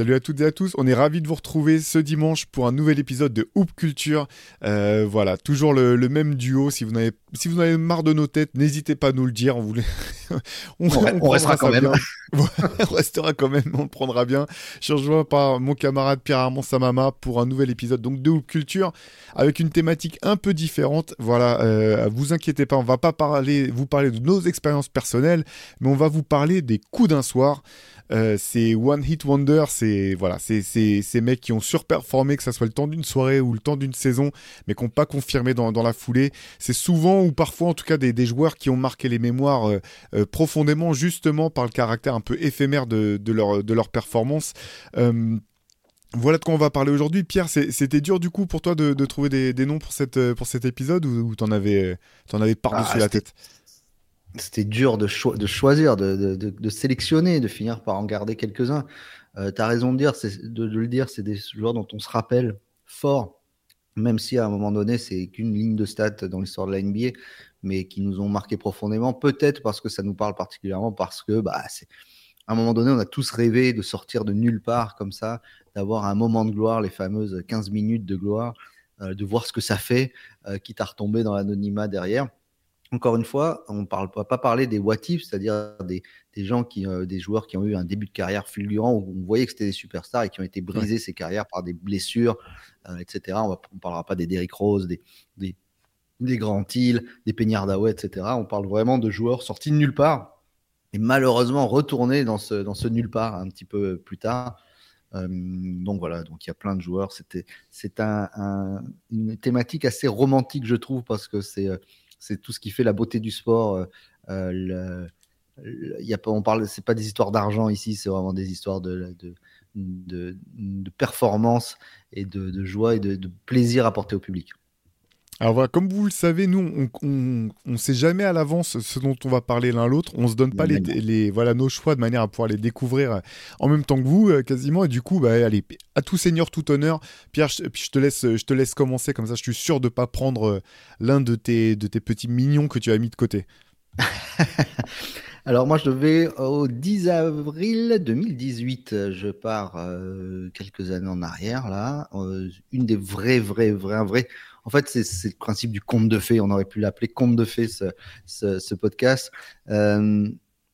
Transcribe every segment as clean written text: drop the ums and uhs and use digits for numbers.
Salut à toutes et à tous, on est ravis de vous retrouver ce dimanche pour un nouvel épisode de Hoop Culture. Voilà, toujours le même duo. Si vous en avez marre de nos têtes, n'hésitez pas à nous le dire. On On prendra restera quand ça même. bien. On restera quand même, on le prendra bien. Je suis rejoint par mon camarade Pierre-Armand Samama pour un nouvel épisode donc de Hoop Culture avec une thématique un peu différente. Voilà, vous inquiétez pas, on va pas vous parler de nos expériences personnelles, mais on va vous parler des coups d'un soir. C'est One Hit Wonder, c'est ces mecs qui ont surperformé, que ça soit le temps d'une soirée ou le temps d'une saison, mais qui n'ont pas confirmé dans la foulée. C'est souvent ou parfois en tout cas des joueurs qui ont marqué les mémoires profondément justement par le caractère un peu éphémère de leur performance. Voilà de quoi on va parler aujourd'hui. Pierre, c'était dur du coup pour toi de trouver des noms pour cet épisode ou t'en avais par-dessus Ah, la c'était, tête? c'était dur de choisir, de sélectionner, de finir par en garder quelques-uns. Tu as raison de le dire, c'est des joueurs dont on se rappelle fort, même si à un moment donné, c'est qu'une ligne de stats dans l'histoire de la NBA, mais qui nous ont marqué profondément, peut-être parce que ça nous parle particulièrement, parce que à un moment donné, on a tous rêvé de sortir de nulle part comme ça, d'avoir un moment de gloire, les fameuses 15 minutes de gloire, de voir ce que ça fait, quitte à retomber dans l'anonymat derrière. Encore une fois, on ne va pas parler des what if, c'est-à-dire des gens des joueurs qui ont eu un début de carrière fulgurant où on voyait que c'était des superstars et qui ont été Ouais. brisés ces carrières par des blessures, etc. On ne parlera pas des Derrick Rose, des, des Grant Hill, des Penny Hardaway, etc. On parle vraiment de joueurs sortis de nulle part et malheureusement retournés dans ce nulle part un petit peu plus tard. Donc voilà, donc il y a plein de joueurs. C'est une thématique assez romantique, je trouve, parce que c'est tout ce qui fait la beauté du sport. Il y a pas, on parle, c'est pas des histoires d'argent ici, c'est vraiment des histoires de performance et de joie et de plaisir apporté au public. Alors voilà, comme vous le savez, nous, on sait jamais à l'avance ce dont on va parler l'un l'autre. On se donne pas Mais non. voilà, nos choix de manière à pouvoir les découvrir en même temps que vous, quasiment. Et du coup, bah, allez, à tout seigneur, tout honneur. Pierre, puis je te laisse commencer, comme ça, je suis sûr de pas prendre l'un de tes petits mignons que tu as mis de côté. Alors moi, je vais au 10 avril 2018. Je pars quelques années en arrière, là. Une des vraies. En fait, c'est le principe du conte de fées. On aurait pu l'appeler conte de fées, ce podcast. Euh,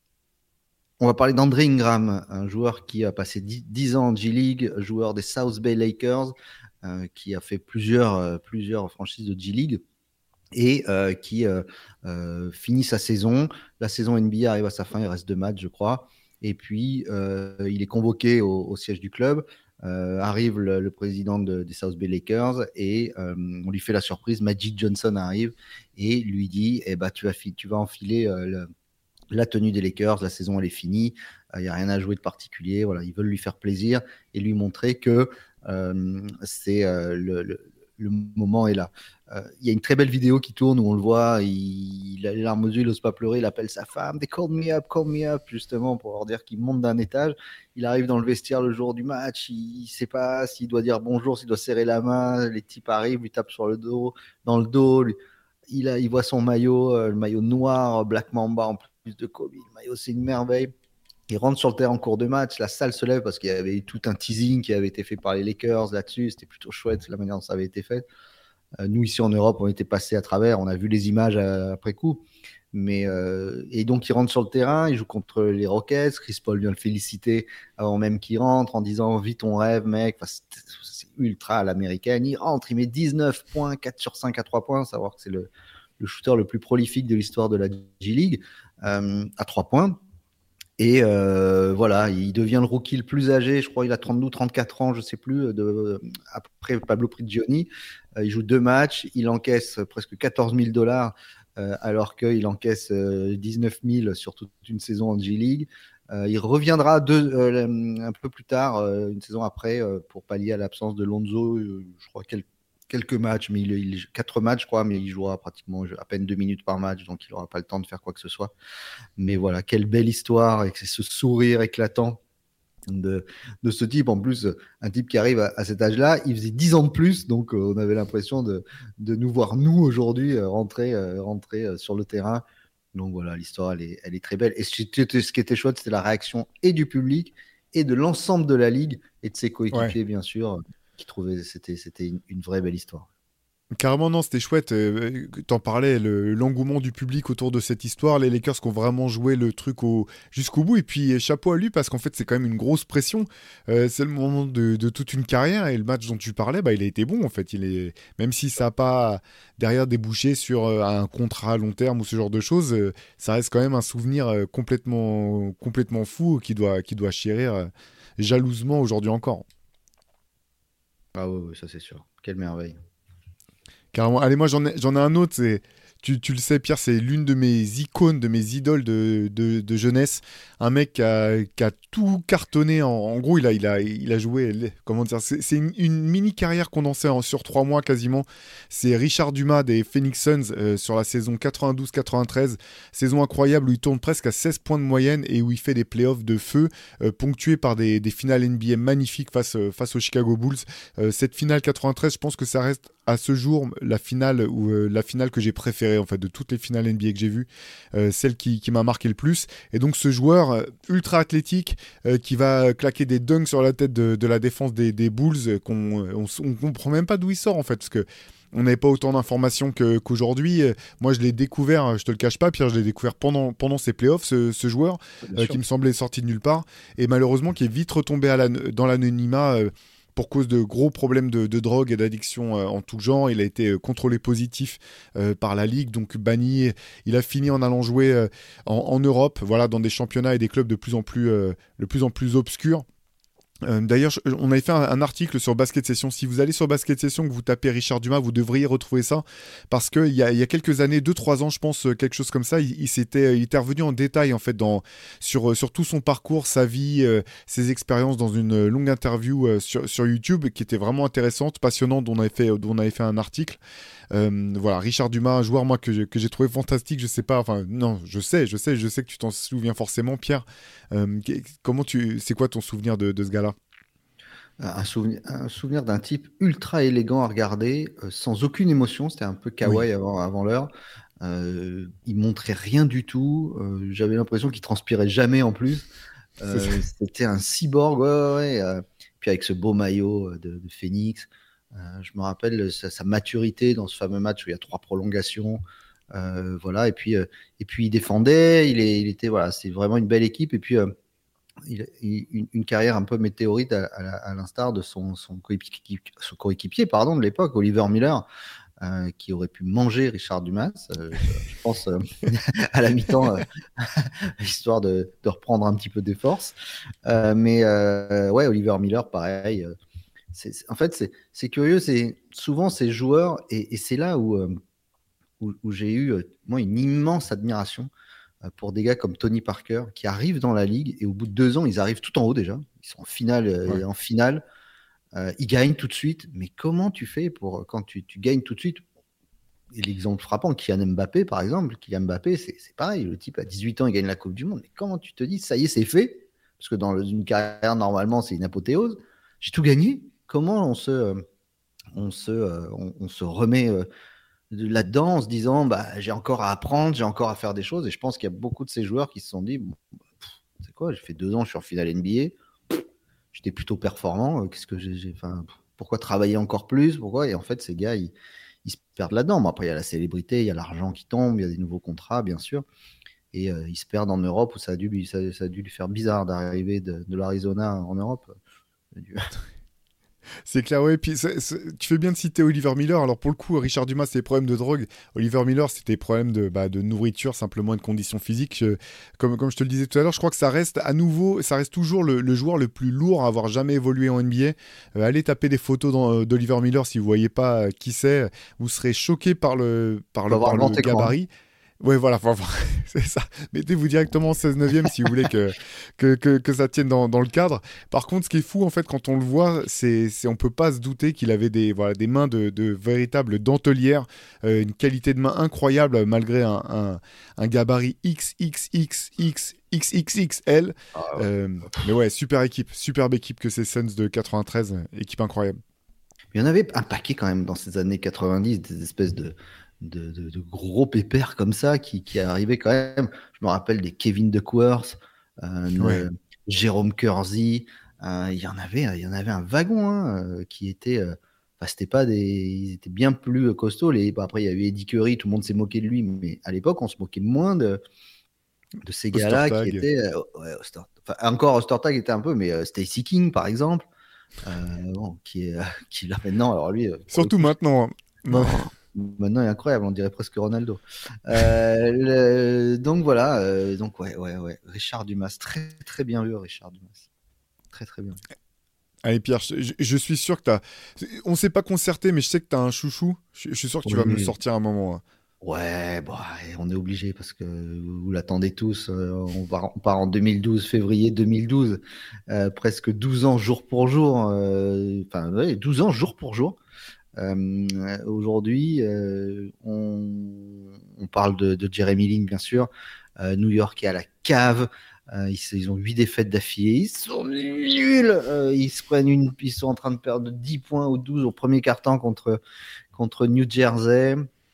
on va parler d'André Ingram, un joueur qui a passé 10 ans en G-League, joueur des South Bay Lakers, qui a fait plusieurs franchises de G-League et qui finit sa saison. La saison NBA arrive à sa fin, il reste 2 matchs, je crois. Et puis, il est convoqué au siège du club. Arrive le président des South Bay Lakers et on lui fait la surprise. Magic Johnson arrive et lui dit tu vas enfiler la tenue des Lakers, la saison elle est finie, il n'y a rien à jouer de particulier. Voilà, ils veulent lui faire plaisir et lui montrer que c'est le moment est là. Il y a une très belle vidéo qui tourne où on le voit, il a les larmes aux yeux, il n'ose pas pleurer, il appelle sa femme, they call me up, justement pour leur dire qu'il monte d'un étage. Il arrive dans le vestiaire le jour du match, il ne sait pas s'il doit dire bonjour, s'il doit serrer la main, les types arrivent, lui tapent sur le dos, dans le dos, il voit son maillot, le maillot noir, Black Mamba en plus de Kobe. Le maillot, c'est une merveille. Il rentre sur le terrain en cours de match, la salle se lève parce qu'il y avait eu tout un teasing qui avait été fait par les Lakers là-dessus. C'était plutôt chouette la manière dont ça avait été fait. Nous, ici en Europe, on était passé à travers, on a vu les images après coup. Et donc, il rentre sur le terrain, il joue contre les Rockets. Chris Paul vient le féliciter avant même qu'il rentre en disant vis ton rêve, mec. Enfin, c'est ultra à l'américaine. Il rentre, il met 19 points, 4 sur 5 à 3 points. Savoir que c'est le shooter le plus prolifique de l'histoire de la G-League à 3 points. Et voilà, il devient le rookie le plus âgé. Je crois qu'il a 32, 34 ans, je ne sais plus, après Pablo Prigioni. Il joue 2 matchs, il encaisse presque 14 000 dollars alors qu'il encaisse 19 000 sur toute une saison en G-League. Il reviendra un peu plus tard, une saison après, pour pallier à l'absence de Lonzo. Je crois quelques matchs, mais 4 matchs, je crois, mais il jouera pratiquement à peine 2 minutes par match, donc il n'aura pas le temps de faire quoi que ce soit. Mais voilà, quelle belle histoire et ce sourire éclatant de ce type. En plus, un type qui arrive à cet âge-là, il faisait 10 ans de plus, donc on avait l'impression de nous voir, nous, aujourd'hui, rentrer sur le terrain. Donc voilà, l'histoire, elle est très belle. Et ce qui était chouette, c'était la réaction et du public et de l'ensemble de la ligue et de ses Ouais. coéquipiers, bien sûr, qui trouvaient c'était une vraie belle histoire. Carrément, non, c'était chouette. T'en parlais, l'engouement du public autour de cette histoire. Les Lakers qui ont vraiment joué le truc jusqu'au bout. Et puis, chapeau à lui, parce qu'en fait, c'est quand même une grosse pression. C'est le moment de toute une carrière. Et le match dont tu parlais, bah, il a été bon, en fait. Même si ça n'a pas derrière débouché sur un contrat à long terme ou ce genre de choses, ça reste quand même un souvenir complètement fou qui doit chérir jalousement aujourd'hui encore. Ah oui, oui, ça c'est sûr. Quelle merveille. Carrément. Allez, moi j'en ai un autre. Tu le sais, Pierre, c'est l'une de mes icônes, de mes idoles de jeunesse. Un mec qui a tout cartonné. En gros, il a joué. Comment dire, c'est une mini carrière condensée sur 3 mois quasiment. C'est Richard Dumas des Phoenix Suns sur la saison 92-93. Saison incroyable où il tourne presque à 16 points de moyenne et où il fait des playoffs de feu, ponctués par des finales NBA magnifiques face aux Chicago Bulls. Cette finale 93, je pense que ça reste à ce jour la finale que j'ai préférée en fait de toutes les finales NBA que j'ai vues, celle qui m'a marqué le plus. Et donc ce joueur ultra athlétique qui va claquer des dunks sur la tête de la défense des Bulls, on comprend même pas d'où il sort en fait, parce que on n'avait pas autant d'informations qu'aujourd'hui. Moi, je l'ai découvert, je te le cache pas, Pierre, je l'ai découvert pendant ces playoffs, ce joueur Bien sûr. qui me semblait sorti de nulle part, et malheureusement qui est vite retombé dans l'anonymat pour cause de gros problèmes de drogue et d'addiction en tout genre. Il a été contrôlé positif par la Ligue, donc banni. Il a fini en allant jouer en Europe, voilà, dans des championnats et des clubs de plus en plus obscurs. D'ailleurs, on avait fait un article sur Basket Session. Si vous allez sur Basket Session, que vous tapez Richard Dumas, vous devriez retrouver ça. Parce qu'il y a quelques années, 2-3 ans, je pense, quelque chose comme ça, il était revenu en détail en fait, sur tout son parcours, sa vie, ses expériences dans une longue interview sur YouTube qui était vraiment intéressante, passionnante, dont on avait fait un article. Voilà, Richard Dumas, un joueur moi que j'ai trouvé fantastique. Je sais pas, enfin non, je sais que tu t'en souviens forcément, Pierre. C'est quoi ton souvenir de ce gars-là? Un souvenir d'un type ultra élégant à regarder, sans aucune émotion. C'était un peu kawaii Oui, avant l'heure. Il montrait rien du tout. J'avais l'impression qu'il transpirait jamais en plus. c'est ça. C'était un cyborg, ouais, ouais, ouais. Puis avec ce beau maillot de Phoenix. Je me rappelle sa maturité dans ce fameux match où il y a 3 prolongations. Voilà. Et puis il défendait. Il était, voilà, c'est vraiment une belle équipe. Et puis une carrière un peu météorite à l'instar de son coéquipier pardon, de l'époque, Oliver Miller, qui aurait pu manger Richard Dumas, je pense, à la mi-temps, histoire de reprendre un petit peu des forces. Mais ouais, Oliver Miller, pareil. En fait, c'est curieux, c'est souvent ces joueurs, et c'est là où j'ai eu, moi, une immense admiration pour des gars comme Tony Parker qui arrivent dans la ligue et au bout de 2 ans, ils arrivent tout en haut déjà. Ils sont en finale. Ouais. En finale. Ils gagnent tout de suite. Mais comment tu fais pour quand tu gagnes tout de suite? Et l'exemple frappant, Kylian Mbappé, par exemple. Kylian Mbappé, c'est pareil. Le type, à 18 ans, il gagne la Coupe du Monde. Mais comment tu te dis, ça y est, c'est fait? Parce que dans une carrière, normalement, c'est une apothéose. J'ai tout gagné. Comment on se remet là-dedans en se disant bah, j'ai encore à apprendre, j'ai encore à faire des choses. Et je pense qu'il y a beaucoup de ces joueurs qui se sont dit bon, c'est quoi, j'ai fait 2 ans, je suis en finale NBA, j'étais plutôt performant. Qu'est-ce que enfin, pourquoi travailler encore plus? Pourquoi? Et en fait, ces gars, ils se perdent là-dedans. Bon, après, il y a la célébrité, il y a l'argent qui tombe, il y a des nouveaux contrats, bien sûr. Et ils se perdent en Europe où ça a dû lui faire bizarre d'arriver de l'Arizona en Europe. C'est clair, ouais. Puis tu fais bien de citer Oliver Miller. Alors pour le coup, Richard Dumas, c'est des problèmes de drogue. Oliver Miller, c'était des problèmes de nourriture, simplement, et de conditions physiques. Comme je te le disais tout à l'heure, je crois que ça reste toujours le joueur le plus lourd à avoir jamais évolué en NBA. Allez taper des photos d'Oliver Miller si vous voyez pas qui c'est. Vous serez choqué par le, par Faut le, avoir par un le grand écran, hein. gabarit. Ouais, voilà, c'est ça. Mettez-vous directement en 16 neuvième si vous voulez que ça tienne dans le cadre. Par contre, ce qui est fou, en fait, quand on le voit, on peut pas se douter qu'il avait des mains de véritables dentelières, une qualité de main incroyable, malgré un gabarit XXXXXXL. Ah ouais. Mais ouais, superbe équipe que ces Suns de 93, équipe incroyable. Il y en avait un paquet quand même dans ces années 90, des espèces de gros pépères comme ça qui arrivaient quand même. Je me rappelle des Kevin Duckworth, Ouais. Jérôme Kersey, il y en avait un wagon qui était. Enfin, c'était pas des, ils étaient bien plus costauds. Après, il y a eu Eddie Curry, tout le monde s'est moqué de lui, mais à l'époque, on se moquait moins de ces gars-là qui Ostertag. étaient. Enfin, encore Ostertag était un peu, mais Stacey King, par exemple, bon, qui là maintenant, alors lui, pour le Surtout coup, maintenant. Hein. oh, maintenant il est incroyable, on dirait presque Ronaldo. Donc voilà, donc ouais, Richard Dumas, très très bien vu, Richard Dumas, très très bien. Allez Pierre, je suis sûr que t'as... On s'est pas concerté, mais je sais que t'as un chouchou. Je suis sûr que tu vas me le Oui. sortir un moment. Hein. Ouais, bon, on est obligé parce que vous l'attendez tous. On part en 2012, février 2012, presque 12 ans jour pour jour. Enfin, ouais, 12 ans jour pour jour. Aujourd'hui, on parle de Jeremy Lin, bien sûr. New York est à la cave. Ils ont 8 défaites d'affilée. Ils sont nuls. Ils sont en train de perdre 10 points ou 12 au premier quart-temps contre New Jersey.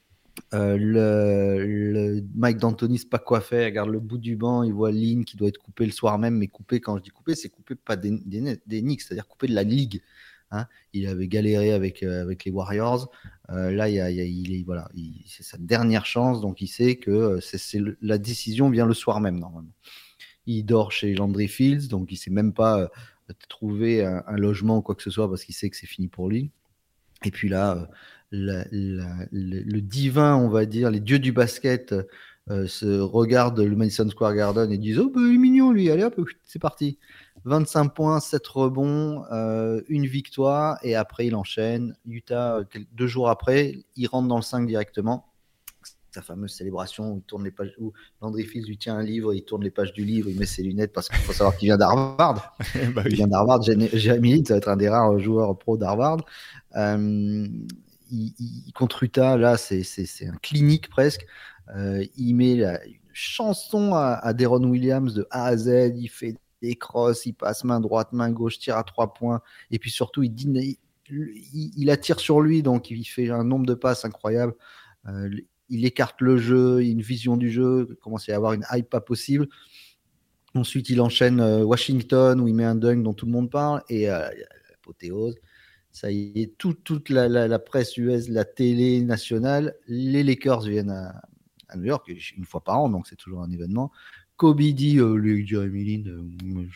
Le Mike D'Antoni, c'est pas quoi faire. Il regarde le bout du banc, il voit Lin qui doit être coupé le soir même, mais coupé, quand je dis coupé, c'est coupé pas des Knicks, c'est-à-dire coupé de la ligue. Hein. Il avait galéré avec les Warriors. Là, voilà, c'est sa dernière chance, donc il sait que la décision vient le soir même, normalement. Il dort chez Landry Fields, donc il sait même pas trouver un logement ou quoi que ce soit parce qu'il sait que c'est fini pour lui. Et puis là, le divin, on va dire, les dieux du basket se regardent le Madison Square Garden et disent: oh, bah, il est mignon lui, allez hop, c'est parti. 25 points, 7 rebonds, une victoire, et après il enchaîne. Utah, 2 jours après, il rentre dans le 5 directement. Sa fameuse célébration où il tourne les pages, où Landry Fields lui tient un livre, il tourne les pages du livre, il met ses lunettes parce qu'il faut savoir qu'il vient d'Harvard. Bah Il oui. vient d'Harvard. Jeremy Lin, ça va être un des rares joueurs pro d'Harvard. Contre Utah, là, c'est un clinique presque. Il met une chanson à Deron Williams de A à Z. Il fait des crosses, il passe main droite, main gauche, tire à 3 points. Et puis surtout, il attire sur lui, donc il fait un nombre de passes incroyable. Il écarte le jeu, il a une vision du jeu, il commence à y avoir une hype pas possible. Ensuite, il enchaîne Washington où il met un dunk dont tout le monde parle et l'apothéose. Ça y est, toute la presse US, la télé nationale, les Lakers viennent à New York une fois par an, donc c'est toujours un événement. Kobe dit, les Jeremy Lin,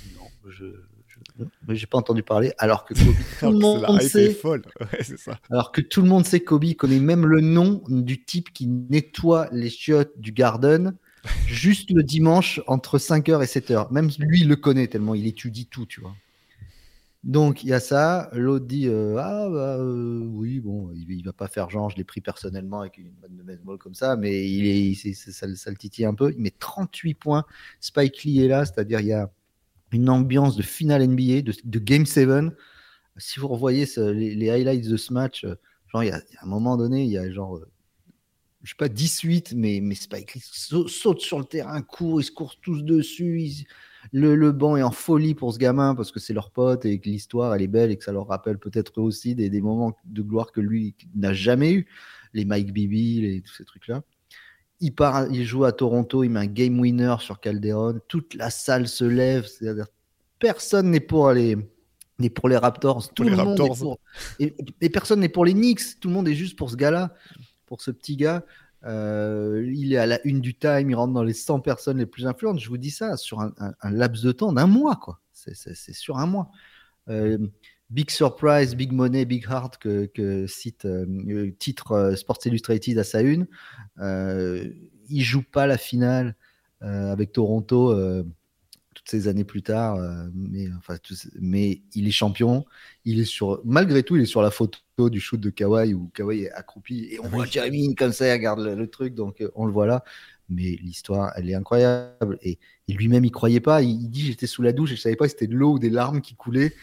j'ai pas entendu parler, alors que Kobe, tout Alors le que c'est monde la hype est sait. folle. Ouais, c'est ça. Alors que tout le monde sait, Kobe connaît même le nom du type qui nettoie les chiottes du Garden juste le dimanche entre 5h et 7h. Même lui, il le connaît tellement il étudie tout, tu vois. Donc, il y a ça. L'autre dit oui, bon, il va pas faire genre, je l'ai pris personnellement avec une balle de baseball comme ça, mais ça le titille un peu. Il met 38 points. Spike Lee est là, c'est-à-dire il y a une ambiance de finale NBA, de Game 7. Si vous revoyez les highlights de ce match, genre, il y a un moment donné, il y a genre, je sais pas, 18, mais Spike Lee saute sur le terrain, court, ils se courent tous dessus. Le banc est en folie pour ce gamin parce que c'est leur pote et que l'histoire, elle est belle et que ça leur rappelle peut-être eux aussi des moments de gloire que lui n'a jamais eu. Les Mike Bibby, tous ces trucs-là. Il joue à Toronto, il met un game winner sur Calderon. Toute la salle se lève. C'est-à-dire, personne n'est pour les Raptors. Pour Tout les le monde est Raptors. pour. Et personne n'est pour les Knicks. Tout le monde est juste pour ce gars-là, pour ce petit gars. Il est à la une du Time. Il rentre dans les 100 personnes les plus influentes. Je vous dis ça sur un laps de temps d'un mois, quoi. C'est sur un mois. Big Surprise, Big Money, Big Heart que cite titre Sports Illustrated à sa une. Il joue pas la finale avec Toronto toutes ces années plus tard, mais il est champion. Malgré tout, il est sur la photo du shoot de Kawhi où Kawhi est accroupi et on voit Jeremy comme ça, il regarde le truc, donc on le voit là. Mais l'histoire, elle est incroyable. Et lui-même, il croyait pas. Il dit: j'étais sous la douche et je savais pas si c'était de l'eau ou des larmes qui coulaient.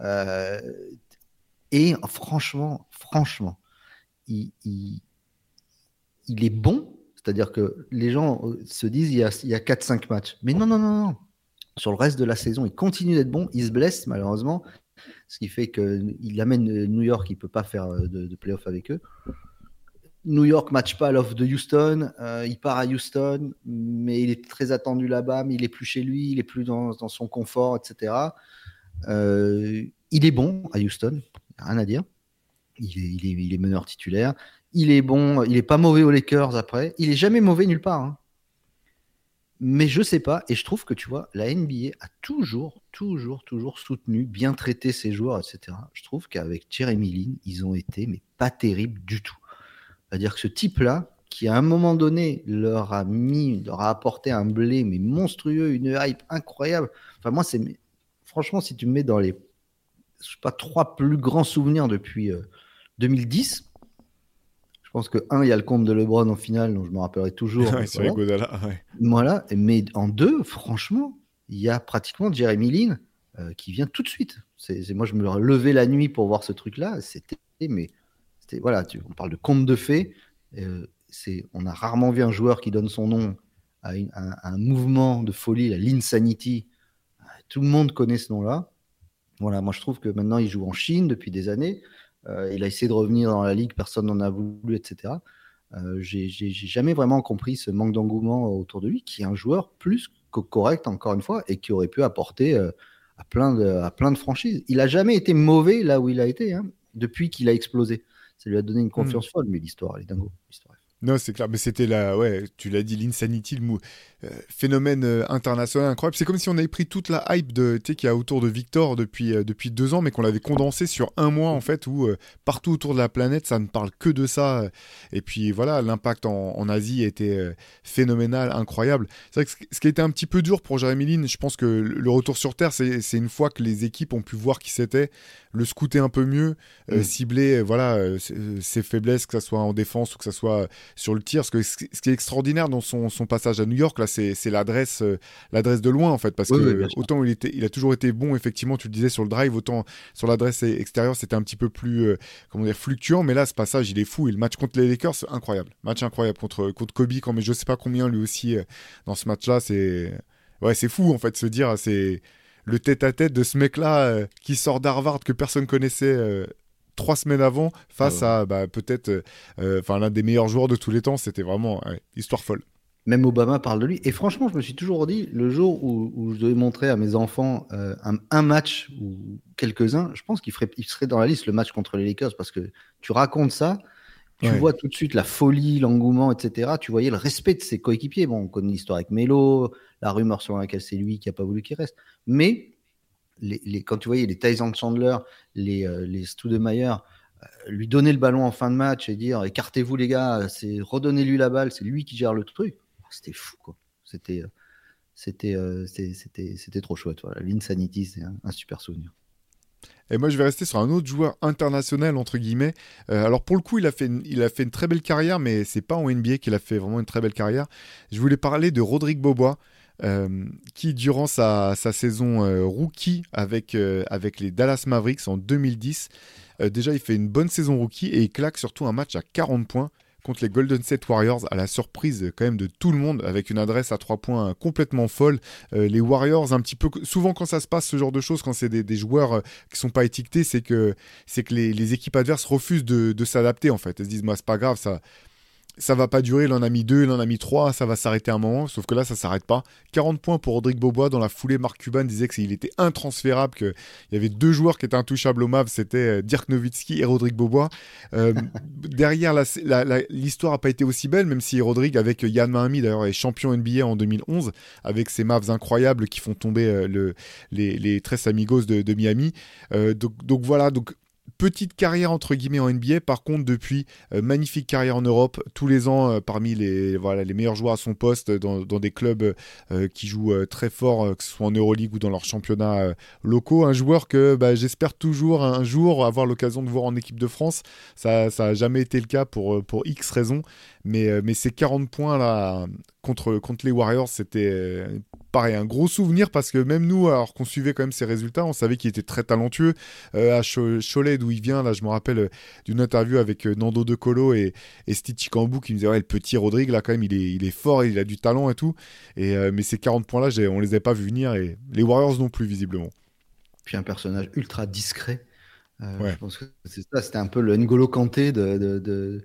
Et franchement, il est bon. C'est-à-dire que les gens se disent il y a 4-5 matchs. Mais non. Sur le reste de la saison, il continue d'être bon. Il se blesse malheureusement, ce qui fait qu'il amène New York, il ne peut pas faire de play-off avec eux. New York match pas l'offre de Houston. Il part à Houston, mais il est très attendu là-bas, mais il est plus chez lui, il est plus dans son confort, etc. Il est bon à Houston, rien à dire. Il est meneur titulaire. Il est bon, il est pas mauvais aux Lakers après. Il est jamais mauvais nulle part, hein. Mais je sais pas, et je trouve que tu vois, la NBA a toujours soutenu, bien traité ses joueurs, etc. Je trouve qu'avec Jeremy Lin, ils ont été, mais pas terribles du tout. C'est-à-dire que ce type-là, qui à un moment donné leur a apporté un blé, mais monstrueux, une hype incroyable. Enfin, moi, franchement, si tu me mets dans les, je sais pas, 3 plus grands souvenirs depuis 2010, je pense que il y a le compte de LeBron en finale, dont je me rappellerai toujours. Ouais, c'est Godala, ouais. Voilà, mais en 2, franchement, il y a pratiquement Jeremy Lin qui vient tout de suite. Moi, je me levais la nuit pour voir ce truc-là. Voilà, on parle de conte de fées. On a rarement vu un joueur qui donne son nom à un mouvement de folie, la l'Insanity. Tout le monde connaît ce nom-là. Voilà, moi je trouve que maintenant il joue en Chine depuis des années. Il a essayé de revenir dans la ligue, personne n'en a voulu, etc. J'ai jamais vraiment compris ce manque d'engouement autour de lui, qui est un joueur plus que correct, encore une fois, et qui aurait pu apporter à plein de franchises. Il n'a jamais été mauvais là où il a été, hein, depuis qu'il a explosé. Ça lui a donné une confiance folle, mais l'histoire, elle est dingo. L'histoire. Non, c'est clair, mais c'était ouais, tu l'as dit, l'Insanity, phénomène international incroyable. C'est comme si on avait pris toute la hype qu'il y a autour de Victor depuis 2 ans, mais qu'on l'avait condensé sur un mois, en fait, où partout autour de la planète, ça ne parle que de ça. Et puis voilà, l'impact en Asie était phénoménal, incroyable. C'est vrai que ce qui a été un petit peu dur pour Jeremy Lin, je pense que le retour sur Terre, c'est une fois que les équipes ont pu voir qui c'était, le scouter un peu mieux, cibler ses faiblesses, que ce soit en défense ou que ce soit sur le tir. Ce qui est extraordinaire dans son passage à New York, là, c'est l'adresse de loin, en fait, parce que autant il a toujours été bon, effectivement, tu le disais, sur le drive, autant sur l'adresse extérieure, c'était un petit peu plus fluctuant, mais là, ce passage, il est fou, et le match contre les Lakers, c'est incroyable. Match incroyable contre Kobe, mais je sais pas combien, lui aussi, dans ce match-là, c'est fou, en fait, se dire, c'est le tête-à-tête de ce mec-là qui sort d'Harvard, que personne connaissait 3 semaines avant, face à peut-être l'un des meilleurs joueurs de tous les temps. C'était vraiment histoire folle. Même Obama parle de lui. Et franchement, je me suis toujours dit, le jour où je devais montrer à mes enfants un match ou quelques-uns, je pense qu'il serait dans la liste, le match contre les Lakers, parce que tu racontes ça, tu vois tout de suite la folie, l'engouement, etc. Tu voyais le respect de ses coéquipiers. Bon, on connaît l'histoire avec Melo, la rumeur selon laquelle c'est lui qui n'a pas voulu qu'il reste. Mais quand tu voyais les Tyson Chandler, les Stoudemire, lui donner le ballon en fin de match et dire écartez-vous les gars, redonnez-lui la balle, c'est lui qui gère le truc. C'était fou, quoi. C'était trop chouette. Voilà. L'Insanity, c'est un super souvenir. Et moi, je vais rester sur un autre joueur international, entre guillemets. Alors, pour le coup, il a fait une très belle carrière, mais c'est pas en NBA qu'il a fait vraiment une très belle carrière. Je voulais parler de Rodrigue Bobois, qui, durant sa saison rookie avec les Dallas Mavericks en 2010, déjà, il fait une bonne saison rookie et il claque surtout un match à 40 points contre les Golden State Warriors, à la surprise quand même de tout le monde, avec une adresse à 3 points complètement folle. Les Warriors, un petit peu, souvent quand ça se passe, ce genre de choses, quand c'est des joueurs qui sont pas étiquetés, c'est que les équipes adverses refusent de s'adapter, en fait. Elles se disent, moi, c'est pas grave, ça va pas durer, il en a mis 2, il en a mis 3, ça va s'arrêter un moment, sauf que là, ça s'arrête pas. 40 points pour Rodrigue Bobois. Dans la foulée, Mark Cuban disait qu'il était intransférable, qu'il y avait 2 joueurs qui étaient intouchables au Mavs, c'était Dirk Nowitzki et Rodrigue Bobois. Derrière, l'histoire n'a pas été aussi belle, même si Rodrigue, avec Yann Mahami, d'ailleurs, est champion NBA en 2011, avec ses Mavs incroyables qui font tomber les Tres Amigos de Miami. Donc voilà, petite carrière entre guillemets en NBA, par contre depuis magnifique carrière en Europe, tous les ans parmi les meilleurs joueurs à son poste dans des clubs qui jouent très fort, que ce soit en Euroleague ou dans leurs championnats locaux. Un joueur que j'espère toujours un jour avoir l'occasion de voir en équipe de France. Ça a jamais été le cas pour X raisons, mais ces 40 points là contre les Warriors, c'était pareil, un gros souvenir, parce que même nous, alors qu'on suivait quand même ses résultats, on savait qu'il était très talentueux. À Cholet, d'où il vient, là, je me rappelle d'une interview avec Nando De Colo et Steve Chicambou qui me disait, ouais, le petit Rodrigue, là, quand même, il est fort, il a du talent et tout. Mais ces 40 points-là, on les avait pas vus venir, et les Warriors non plus, visiblement. Puis un personnage ultra discret. Ouais. Je pense que c'est ça, c'était un peu le N'Golo Kanté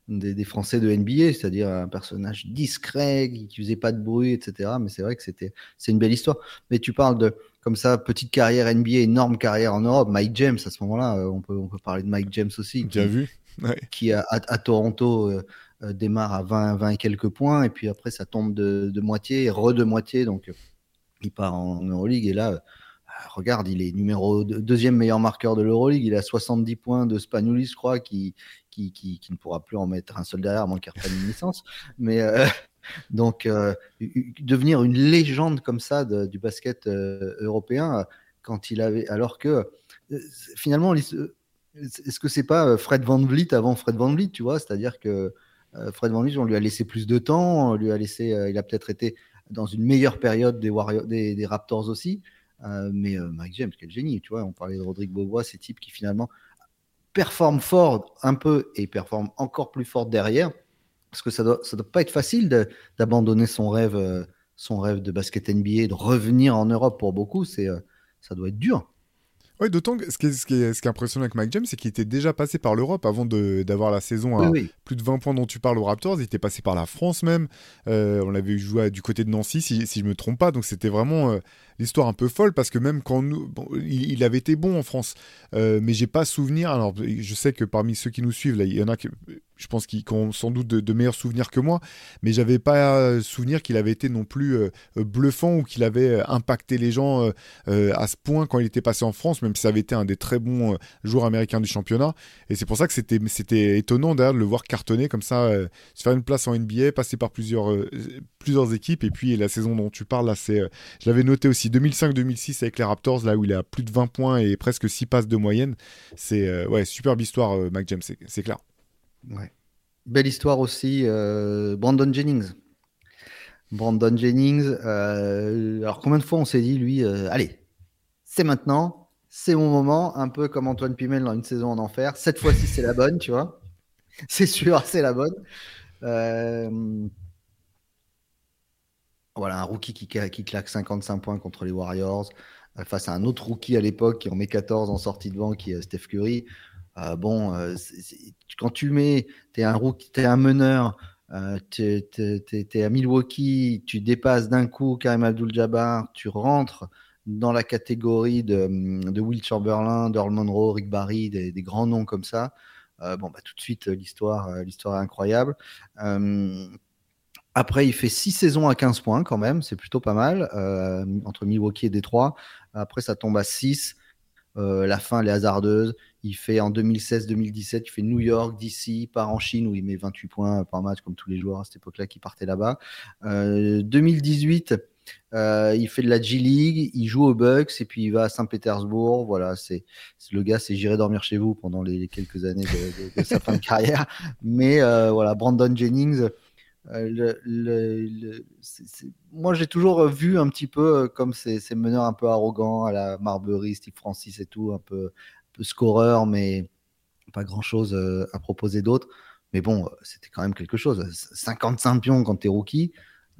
des Français de NBA, c'est-à-dire un personnage discret, qui faisait pas de bruit, etc. Mais c'est vrai que c'est une belle histoire. Mais tu parles de, comme ça, petite carrière NBA, énorme carrière en Europe. Mike James, à ce moment-là, on peut parler de Mike James aussi, Bien vu. Ouais. qui à Toronto démarre à 20 et quelques points, et puis après ça tombe de moitié, de moitié, donc il part en Euroleague, et là, regarde, il est deuxième meilleur marqueur de l'Euroleague, il a 70 points de Spanoulis, je crois, qui ne pourra plus en mettre un seul derrière, à moins qu'il reprenne une licence, mais donc devenir une légende comme ça du basket européen, quand il avait, alors que finalement, est-ce que c'est pas Fred VanVleet avant Fred VanVleet, tu vois? C'est-à-dire que Fred VanVleet, on lui a laissé plus de temps, on lui a laissé, il a peut-être été dans une meilleure période des Warriors, des Raptors aussi. Mais Mike James, quel génie, tu vois? On parlait de Rodrigue Beaubois, ces types qui finalement performent fort un peu et performent encore plus fort derrière, parce que ça doit pas être facile d'abandonner son rêve de basket NBA, de revenir en Europe pour beaucoup. Ça doit être dur. Oui, d'autant que ce qui est impressionnant avec Mike James, c'est qu'il était déjà passé par l'Europe avant d'avoir la saison Oui, à oui. plus de 20 points dont tu parles aux Raptors. Il était passé par la France même. On l'avait joué du côté de Nancy, si je ne me trompe pas. Donc c'était vraiment l'histoire un peu folle parce que même quand il avait été bon en France. Mais j'ai pas souvenir. Alors je sais que parmi ceux qui nous suivent, là, il y en a qui, je pense, qui ont sans doute de meilleurs souvenirs que moi. Mais j'avais pas souvenir qu'il avait été non plus bluffant ou qu'il avait impacté les gens à ce point quand il était passé en France, même si ça avait été un des très bons joueurs américains du championnat. Et c'est pour ça que c'était étonnant d'ailleurs de le voir cartonner comme ça, se faire une place en NBA, passer par plusieurs équipes. Et puis la saison dont tu parles, là, je l'avais noté aussi, 2005-2006 avec les Raptors, là où il a plus de 20 points et presque 6 passes de moyenne. C'est superbe histoire, Mike James, c'est clair. Ouais. Belle histoire aussi, Brandon Jennings. Brandon Jennings, alors combien de fois on s'est dit, lui, allez, c'est maintenant, c'est mon moment, un peu comme Antoine Pimel dans Une saison en enfer. Cette fois-ci, c'est la bonne, tu vois. C'est sûr, c'est la bonne. Voilà, un rookie qui claque 55 points contre les Warriors, face à un autre rookie à l'époque qui en met 14 en sortie de banc, qui est Steph Curry. Quand t'es un rookie, t'es un meneur, t'es à Milwaukee, tu dépasses d'un coup Kareem Abdul-Jabbar, tu rentres dans la catégorie de Will Chamberlain, d'Earl Monroe, Rick Barry, des grands noms comme ça. Tout de suite, l'histoire est incroyable. Après, il fait 6 saisons à 15 points quand même, c'est plutôt pas mal, entre Milwaukee et Détroit. Après, ça tombe à 6. La fin, elle est hasardeuse. Il fait en 2016-2017, il fait New York, DC, part en Chine où il met 28 points par match comme tous les joueurs à cette époque-là qui partaient là-bas. 2018, il fait de la G-League, il joue aux Bucks et puis il va à Saint-Pétersbourg. Voilà, c'est le gars, c'est j'irai dormir chez vous pendant les quelques années de sa fin de carrière. Mais voilà, Brandon Jennings. Moi, j'ai toujours vu un petit peu comme ces meneurs un peu arrogants à la Marbury, Steve Francis et tout, un peu scoreur, mais pas grand-chose à proposer d'autre. Mais bon, c'était quand même quelque chose. 55 pions quand t'es rookie,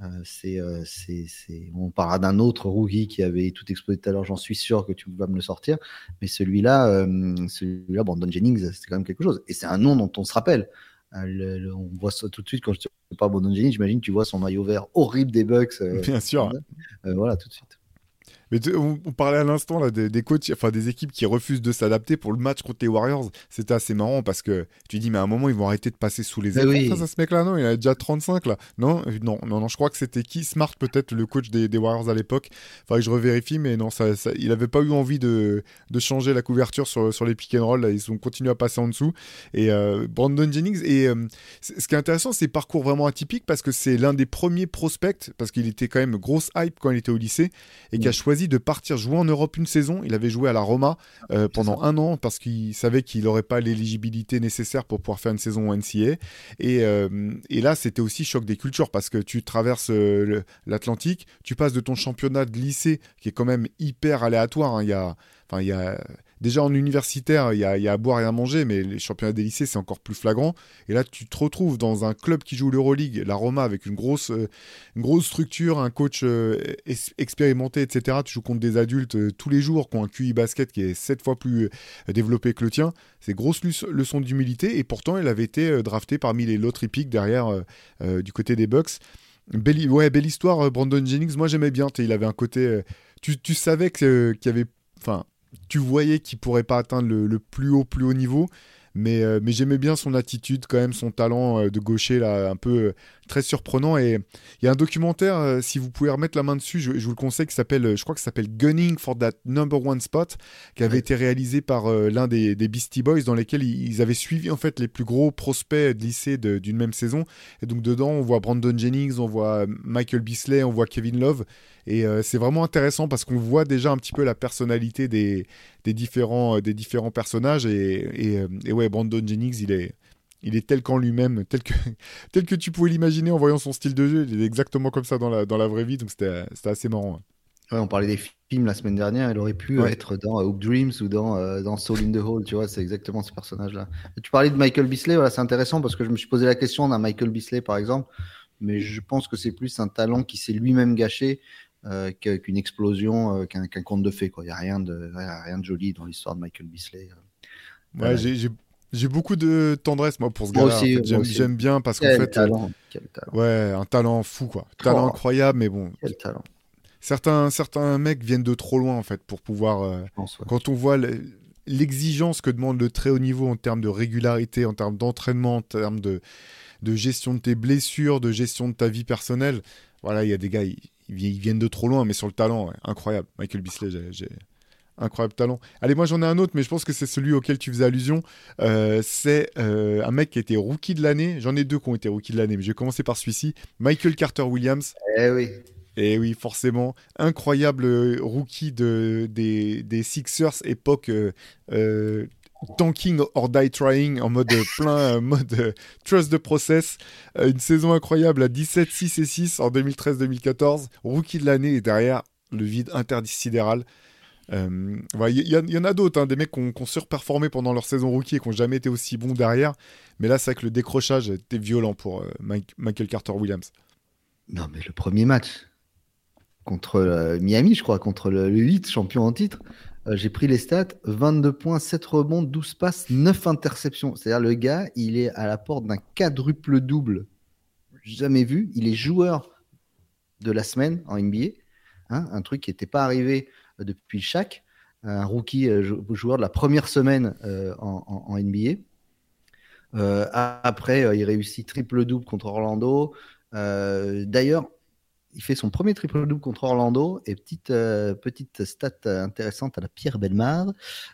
on parlera d'un autre rookie qui avait tout explosé tout à l'heure, j'en suis sûr que tu vas me le sortir. Mais celui-là, Brandon Jennings, c'est quand même quelque chose. Et c'est un nom dont on se rappelle. On voit ça tout de suite quand je te parle Brandon Jennings, j'imagine tu vois son maillot vert horrible des Bucks. Bien sûr. Voilà, tout de suite. Mais on parlait à l'instant là des coachs, enfin des équipes qui refusent de s'adapter pour le match contre les Warriors. C'était assez marrant parce que tu dis mais à un moment ils vont arrêter de passer sous les écrans face à ce mec-là, non? Il a déjà 35 là. Non, je crois que c'était qui Smart peut-être le coach des Warriors à l'époque. Faudrait que je revérifie, mais non, il avait pas eu envie de changer la couverture sur les pick and roll. Là, ils ont continué à passer en dessous. Et Brandon Jennings, et ce qui est intéressant, c'est parcours vraiment atypique parce que c'est l'un des premiers prospects parce qu'il était quand même grosse hype quand il était au lycée et qui a choisi de partir jouer en Europe une saison. Il avait joué à la Roma pendant un an parce qu'il savait qu'il n'aurait pas l'éligibilité nécessaire pour pouvoir faire une saison en NCAA. Et là, c'était aussi choc des cultures parce que tu traverses l'Atlantique, tu passes de ton championnat de lycée qui est quand même hyper aléatoire. Hein. Il y a déjà en universitaire, il y a à boire et à manger, mais les championnats des lycées, c'est encore plus flagrant. Et là, tu te retrouves dans un club qui joue l'Euroleague, la Roma, avec une grosse structure, un coach expérimenté, etc. Tu joues contre des adultes tous les jours qui ont un QI basket qui est 7 fois plus développé que le tien. C'est grosse leçon d'humilité. Et pourtant, elle avait été draftée parmi les lottery picks derrière du côté des Bucks. Belle histoire, Brandon Jennings. Moi, j'aimais bien. Il avait un côté. Tu savais qu'il y avait. Enfin, tu voyais qu'il pourrait pas atteindre le plus haut niveau. Mais j'aimais bien son attitude, quand même, son talent de gaucher, là, un peu très surprenant. Et il y a un documentaire, si vous pouvez remettre la main dessus, je vous le conseille, je crois que ça s'appelle Gunning for that number one spot, qui avait été réalisé par l'un des Beastie Boys, dans lesquels ils avaient suivi en fait les plus gros prospects de lycée d'une même saison. Et donc dedans, on voit Brandon Jennings, on voit Michael Beasley, on voit Kevin Love. Et c'est vraiment intéressant parce qu'on voit déjà un petit peu la personnalité des différents personnages. Et ouais, Brandon Jennings, il est tel qu'en lui-même, tel que tu pouvais l'imaginer en voyant son style de jeu. Il est exactement comme ça dans la vraie vie, donc c'était assez marrant. Ouais, on parlait des films la semaine dernière, il aurait pu Ouais. être dans Hoop Dreams ou dans Soul in the Hole, tu vois, c'est exactement ce personnage-là. Et tu parlais de Michael Beasley, voilà, c'est intéressant parce que je me suis posé la question d'un Michael Beasley, par exemple, mais je pense que c'est plus un talent qui s'est lui-même gâché qu'une explosion, qu'un conte de fées, quoi. Il n'y a rien de joli dans l'histoire de Michael Beasley. Ouais, j'ai beaucoup de tendresse, moi, pour ce Moi gars-là. En aussi, fait, moi aussi. j'aime bien parce qu'en Quel fait, talent, quel talent. ouais, un talent fou, quoi. Talent Oh, incroyable, mais bon, quel talent, certains mecs viennent de trop loin, en fait, pour pouvoir. je pense, ouais. Quand on voit l'exigence que demande le très haut niveau en termes de régularité, en termes d'entraînement, en termes de gestion de tes blessures, de gestion de ta vie personnelle, voilà, il y a des gars, ils viennent de trop loin, mais sur le talent, ouais, incroyable. Michael Beasley, j'ai incroyable talent. Allez, moi j'en ai un autre, mais je pense que c'est celui auquel tu faisais allusion. C'est un mec qui a été rookie de l'année. J'en ai deux qui ont été rookie de l'année, mais je vais commencer par celui-ci. Michael Carter Williams. Eh oui. Et oui, forcément, incroyable rookie des Sixers, époque euh, tanking or die trying, en mode mode trust the process. Une saison incroyable à 17, 6 et 6 en 2013-2014. Rookie de l'année et derrière, le vide interdissidéral. Ouais, y en a d'autres, hein, des mecs qui ont surperformé pendant leur saison rookie et qui n'ont jamais été aussi bons derrière. Mais là, c'est vrai que le décrochage était violent pour Michael Carter Williams. Non, mais le premier match contre Miami, je crois, contre le 8, champion en titre, j'ai pris les stats, 22 points, 7 rebonds, 12 passes, 9 interceptions. C'est-à-dire le gars, il est à la porte d'un quadruple double jamais vu. Il est joueur de la semaine en NBA, hein, un truc qui n'était pas arrivé depuis Shaq, un rookie joueur de la première semaine en NBA. Après, il réussit triple-double contre Orlando. D'ailleurs, il fait son premier triple-double contre Orlando. Et petite stat intéressante à la Pierre Bellemare,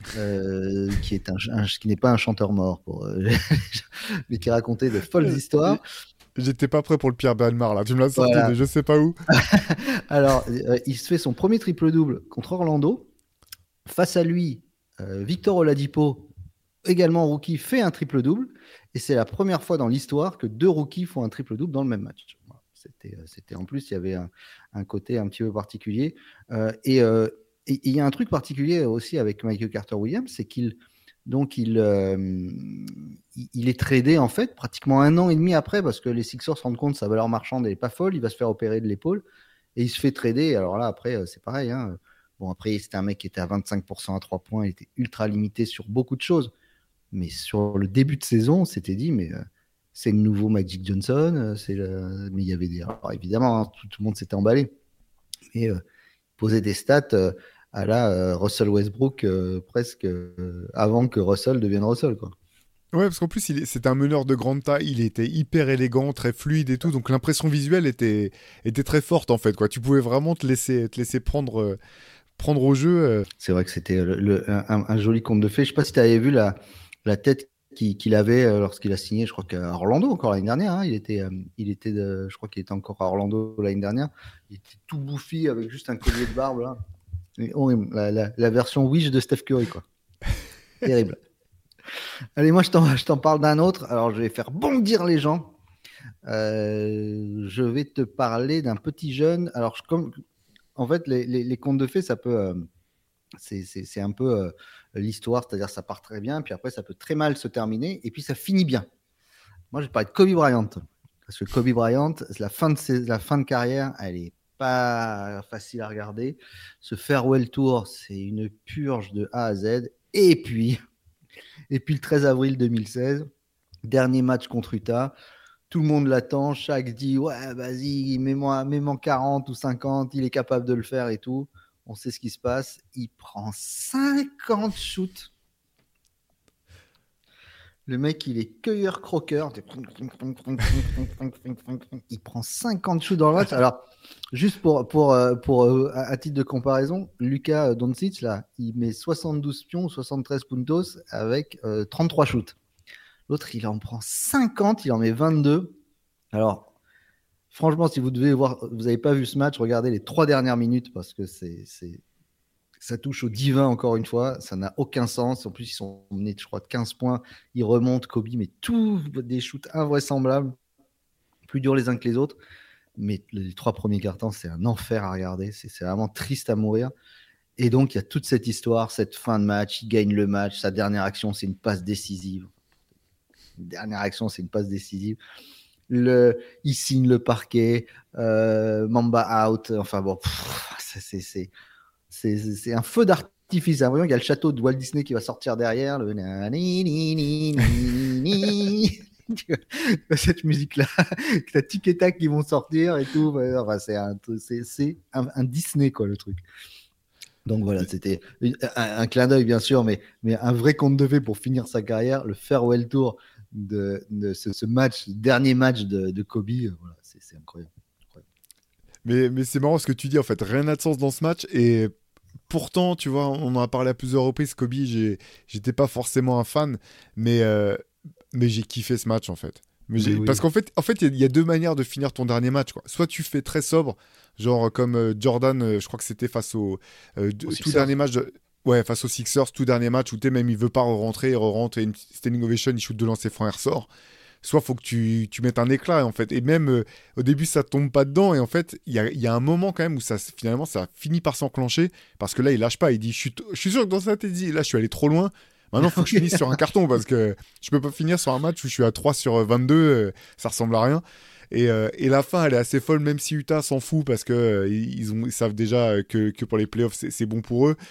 qui n'est pas un chanteur mort, mais qui racontait de folles histoires. J'étais pas prêt pour le Pierre Bellemare, là. Tu me l'as sorti Voilà. de je sais pas où. Alors, il se fait son premier triple-double contre Orlando. Face à lui, Victor Oladipo, également rookie, fait un triple-double. Et c'est la première fois dans l'histoire que deux rookies font un triple-double dans le même match. Voilà. C'était en plus, il y avait un côté un petit peu particulier. Et il y a un truc particulier aussi avec Michael Carter Williams, c'est qu'il est tradé en fait pratiquement 1 an et demi après, parce que les Sixers se rendent compte que sa valeur marchande n'est pas folle, il va se faire opérer de l'épaule et il se fait trader. Alors là, après, c'est pareil, hein. Bon, après, c'était un mec qui était à 25% à 3 points, il était ultra limité sur beaucoup de choses. Mais sur le début de saison, on s'était dit, mais c'est le nouveau Magic Johnson. Mais il y avait des. Alors évidemment, hein, tout le monde s'était emballé. Mais poser des stats à la Russell Westbrook presque avant que Russell devienne Russell, quoi. Ouais, parce qu'en plus, c'était un meneur de grande taille, il était hyper élégant, très fluide et tout, donc l'impression visuelle était très forte en fait, quoi. Tu pouvais vraiment te laisser prendre au jeu. C'est vrai que c'était un joli conte de fées. Je sais pas si tu avais vu la tête qu'il avait lorsqu'il a signé, je crois qu'à Orlando encore l'année dernière, hein. Je crois qu'il était encore à Orlando l'année dernière. Il était tout bouffi avec juste un collier de barbe là. Horrible. La version Wish de Steph Curry, quoi. Terrible. Allez, moi, je t'en parle d'un autre. Alors, je vais faire bondir les gens. Je vais te parler d'un petit jeune. Alors, en fait, les contes de fées, ça peut. C'est un peu l'histoire, c'est-à-dire ça part très bien, puis après ça peut très mal se terminer, et puis ça finit bien. Moi, je vais parler de Kobe Bryant. Parce que Kobe Bryant, la fin de carrière, elle est pas facile à regarder. Ce farewell tour, c'est une purge de A à Z. Et puis le 13 avril 2016, dernier match contre Utah. Tout le monde l'attend. Shaq dit ouais, vas-y, mets-moi 40 ou 50. Il est capable de le faire et tout. On sait ce qui se passe. Il prend 50 shoots. Le mec, il est cueilleur-croqueur. Il prend 50 shoots dans le match. Alors, juste à titre de comparaison, Luka Doncic, là, il met 72 pions ou 73 puntos avec 33 shoots. L'autre, il en prend 50, il en met 22. Alors, franchement, si vous n'avez pas vu ce match, regardez les 3 dernières minutes parce que ça touche au divin encore une fois. Ça n'a aucun sens. En plus, ils sont menés, je crois, de 15 points. Ils remontent. Kobe met tous des shoots invraisemblables, plus durs les uns que les autres. Mais les 3 premiers quarts-temps, c'est un enfer à regarder. C'est vraiment triste à mourir. Et donc, il y a toute cette histoire, cette fin de match. Il gagne le match. Sa dernière action, c'est une passe décisive. Il signe le parquet. Mamba out. Enfin bon, c'est un feu d'artifice. Hein. Il y a le château de Walt Disney qui va sortir derrière. Cette musique-là, la tic et tac qui vont sortir et tout. Enfin, c'est un Disney, quoi, le truc. Donc voilà, c'était un clin d'œil, bien sûr, mais un vrai conte de fées pour finir sa carrière. Le farewell tour de ce match, dernier match de Kobe. Voilà, c'est incroyable. Mais c'est marrant ce que tu dis, en fait. Rien n'a de sens dans ce match. Et pourtant, tu vois, on en a parlé à plusieurs reprises. Kobe, j'étais pas forcément un fan, mais j'ai kiffé ce match, en fait. Oui. Parce qu'en fait, il y a 2 manières de finir ton dernier match, quoi. Soit tu fais très sobre, genre comme Jordan, je crois que c'était face au tout dernier match face aux Sixers, tout dernier match où même il veut pas rentrer, il re-rentre et une standing ovation, il shoot de lancer franc et ressort. Soit faut que tu mettes un éclat, en fait. Et même au début, ça tombe pas dedans. Et en fait, il y a un moment quand même où finalement, ça finit par s'enclencher. Parce que là, il lâche pas. Il dit, je suis sûr que dans sa tête, il dit, là, je suis allé trop loin. Maintenant, il faut que je finisse sur un carton parce que je peux pas finir sur un match où je suis à 3 sur 22. Ça ressemble à rien. Et la fin, elle est assez folle, même si Utah s'en fout parce que ils savent déjà que pour les playoffs, c'est bon pour eux.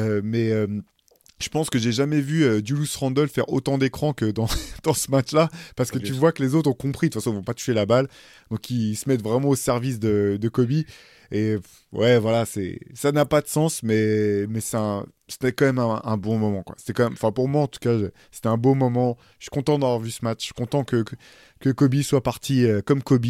Je pense que j'ai jamais vu Julius Randle faire autant d'écran que dans ce match-là, parce que tu vois que les autres ont compris. De toute façon, ils vont pas toucher la balle, donc ils se mettent vraiment au service de Kobe. Et ouais, voilà, ça n'a pas de sens, mais c'était quand même un bon moment, quoi. C'était quand même, enfin pour moi en tout cas, c'était un beau moment. Je suis content d'avoir vu ce match. Je suis content que Kobe soit parti comme Kobe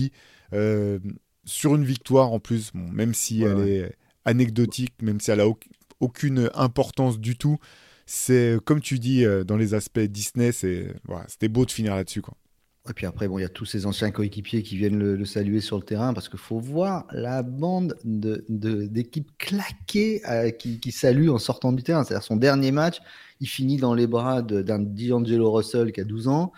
sur une victoire en plus, bon, même si elle est anecdotique, même si elle a aucune importance du tout. C'est comme tu dis dans les aspects Disney, c'était beau de finir là-dessus, quoi. Et puis après, bon, il y a tous ces anciens coéquipiers qui viennent le saluer sur le terrain parce qu'il faut voir la bande d'équipes claquées qui salue en sortant du terrain. C'est-à-dire son dernier match, il finit dans les bras d'un D'Angelo Russell qui a 12 ans,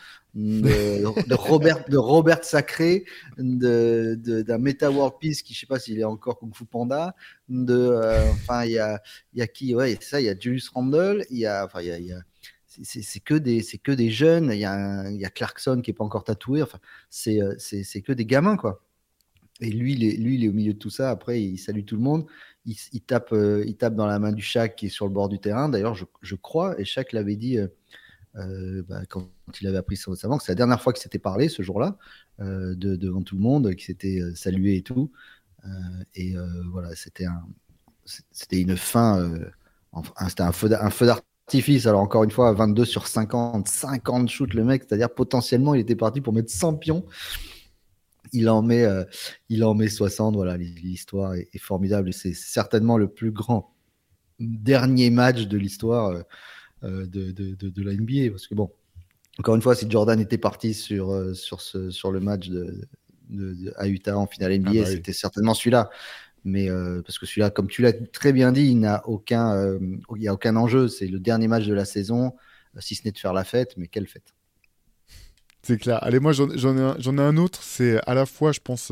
de Robert Sacré, d'un Meta World Peace qui, je sais pas s'il est encore Kung Fu Panda, enfin, il y a qui, ouais, c'est ça, il y a Julius Randle, c'est que des jeunes. Il y a Clarkson qui est pas encore tatoué. Enfin, c'est que des gamins, quoi. Et lui, il est au milieu de tout ça. Après, il salue tout le monde. Il tape dans la main du Shaq qui est sur le bord du terrain. D'ailleurs, je crois, et Shaq l'avait dit quand il avait appris ça récemment, que c'est la dernière fois qu'il s'était parlé ce jour-là, devant tout le monde, qu'il s'était salué et tout. Voilà, c'était une fin. C'était un feu d'artifice. Alors encore une fois, 22 sur 50 shoots le mec, c'est-à-dire potentiellement il était parti pour mettre 100 pions. Il en met 60. Voilà, l'histoire est formidable. C'est certainement le plus grand dernier match de l'histoire de la NBA, parce que bon, encore une fois, si Jordan était parti sur le match à Utah en finale NBA, c'était certainement celui-là. Mais parce que celui-là, comme tu l'as très bien dit, il n'y a aucun enjeu. C'est le dernier match de la saison, si ce n'est de faire la fête, mais quelle fête. C'est clair. Allez, moi j'en ai un autre. C'est à la fois, je pense,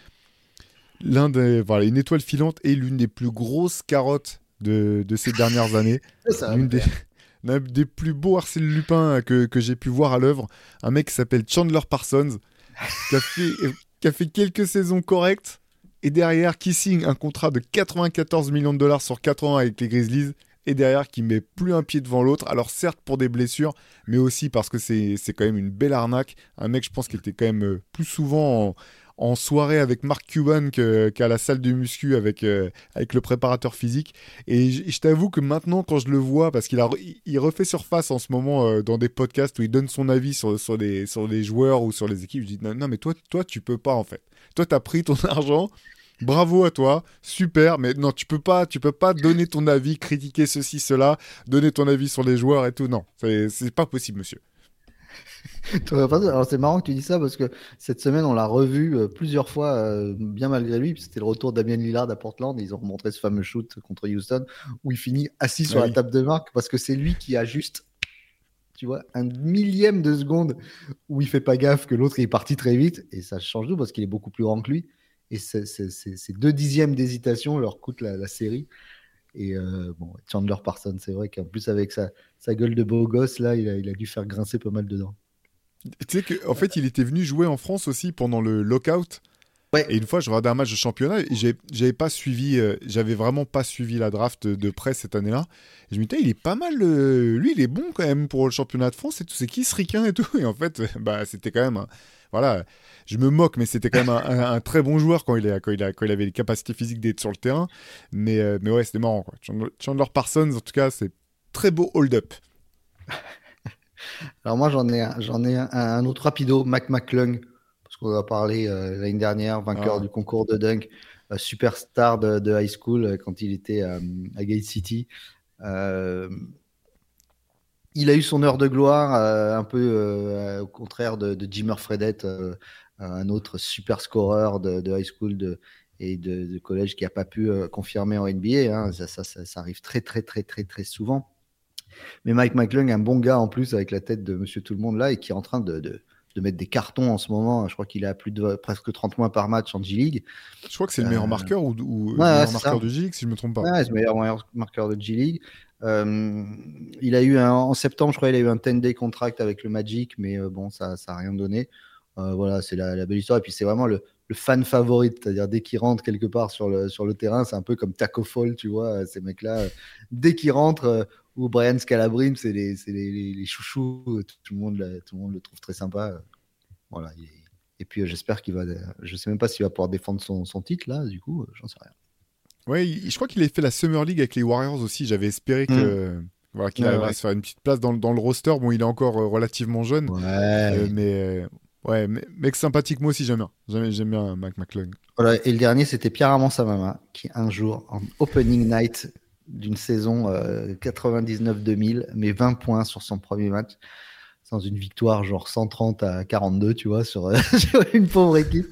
une étoile filante et l'une des plus grosses carottes de ces dernières années. l'un des plus beaux Arsène Lupin que j'ai pu voir à l'œuvre. Un mec qui s'appelle Chandler Parsons, qui a fait, qui a fait quelques saisons correctes, et derrière, qui signe un contrat de 94 millions de dollars sur 4 ans avec les Grizzlies, et derrière, qui met plus un pied devant l'autre. Alors certes pour des blessures, mais aussi parce que c'est quand même une belle arnaque. Un mec, je pense, qui était quand même plus souvent en soirée avec Mark Cuban qu'à la salle de muscu avec le préparateur physique. Et je t'avoue que maintenant, quand je le vois, parce il refait surface en ce moment dans des podcasts où il donne son avis sur les joueurs ou sur les équipes, je dis non, non mais toi, tu peux pas en fait. Toi, t'as pris ton argent. Bravo à toi, super, mais non, tu peux pas donner ton avis, critiquer ceci, cela, donner ton avis sur les joueurs et tout. Non, c'est pas possible, monsieur. Alors c'est marrant que tu dis ça parce que cette semaine on l'a revu plusieurs fois, bien malgré lui. Puis c'était le retour d'Damian Lillard à Portland. Et ils ont remontré ce fameux shoot contre Houston où il finit assis sur Ah la oui. table de marque parce que c'est lui qui a juste, tu vois, un millième de seconde où il fait pas gaffe que l'autre est parti très vite et ça change tout parce qu'il est beaucoup plus grand que lui. Et ces 2 dixièmes d'hésitation leur coûtent la série. Et bon, Chandler Parsons, c'est vrai qu'en plus avec sa gueule de beau gosse là, il a dû faire grincer pas mal dedans. Tu sais qu'en fait, il était venu jouer en France aussi pendant le lockout. Et Ouais. une fois, je regardais un match de championnat et j'avais pas suivi, j'avais vraiment pas suivi la draft de près cette année-là. Et je me disais, il est pas mal, lui, il est bon quand même pour le championnat de France et tout. C'est qui ce ricain et tout. Et en fait, bah, c'était quand même, voilà, je me moque, mais c'était quand même un très bon joueur quand il avait les capacités physiques d'être sur le terrain. Mais ouais, c'était marrant, quoi. Chandler Parsons, en tout cas, c'est très beau hold-up. Alors moi j'en ai un autre rapido, Mac McClung, parce qu'on a parlé l'année dernière, vainqueur Ah, du concours de dunk, superstar de high school quand il était à Gate City. Euh, il a eu son heure de gloire, un peu au contraire de Jimmer Fredette, un autre super scoreur de high school et de collège qui n'a pas pu confirmer en NBA. Hein. Ça arrive très très très très très souvent. Mais Mike McClung, un bon gars en plus, avec la tête de Monsieur Tout-le-Monde là, et qui est en train de mettre des cartons en ce moment. Je crois qu'il a plus de presque 30 points par match en G-League. je crois que c'est le meilleur Euh, marqueur ou le ouais, ouais, meilleur c'est ça. marqueur de G, si je me trompe pas. Ouais, c'est le meilleur marqueur de G-League. Il a eu en septembre, je crois, il a eu un 10-day contract avec le Magic, mais bon, ça n'a rien donné. Voilà, c'est la belle histoire. Et puis, c'est vraiment le fan favorite, c'est-à-dire dès qu'il rentre quelque part sur le terrain, c'est un peu comme Taco Fall, tu vois, ces mecs-là, dès qu'ils rentrent, ou Brian Scalabrine, c'est les chouchous, tout le monde le trouve très sympa. Voilà, et puis j'espère qu'il va, je sais même pas s'il va pouvoir défendre son titre là, du coup, j'en sais rien. Ouais, je crois qu'il avait fait la Summer League avec les Warriors aussi. J'avais espéré Mm. voilà, qu'il Ouais, arriverait à ouais. se faire une petite place dans le roster. Bon, il est encore relativement jeune, Ouais. ouais, mec sympathique, moi aussi j'aime bien. J'aime bien Mike McClung. Voilà, et le dernier, c'était Pierre Armand Samama, qui un jour, en opening night d'une saison 99-2000, met 20 points sur son premier match, sans une victoire genre 130-42, tu vois, sur une pauvre équipe.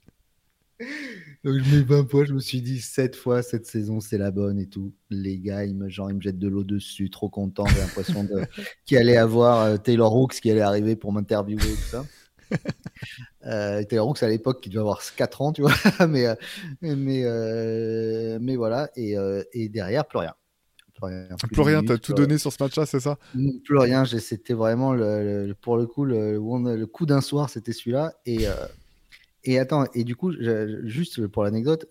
Donc je mets 20 points, je me suis dit 7 fois cette saison, c'est la bonne et tout. Les gars, ils me jettent de l'eau dessus, trop content, j'ai l'impression qu'il allait avoir Taylor Hooks qui allait arriver pour m'interviewer et tout ça. Taylor Hooks à l'époque qui devait avoir 4 ans, tu vois, mais voilà, et derrière, plus rien. Plus rien, plus Plus de rien, t'as minutes, tout donné sur ce match-là, c'est ça? plus rien. C'était vraiment, pour le coup, le coup d'un soir, c'était celui-là. Et attends, et du coup, juste pour l'anecdote,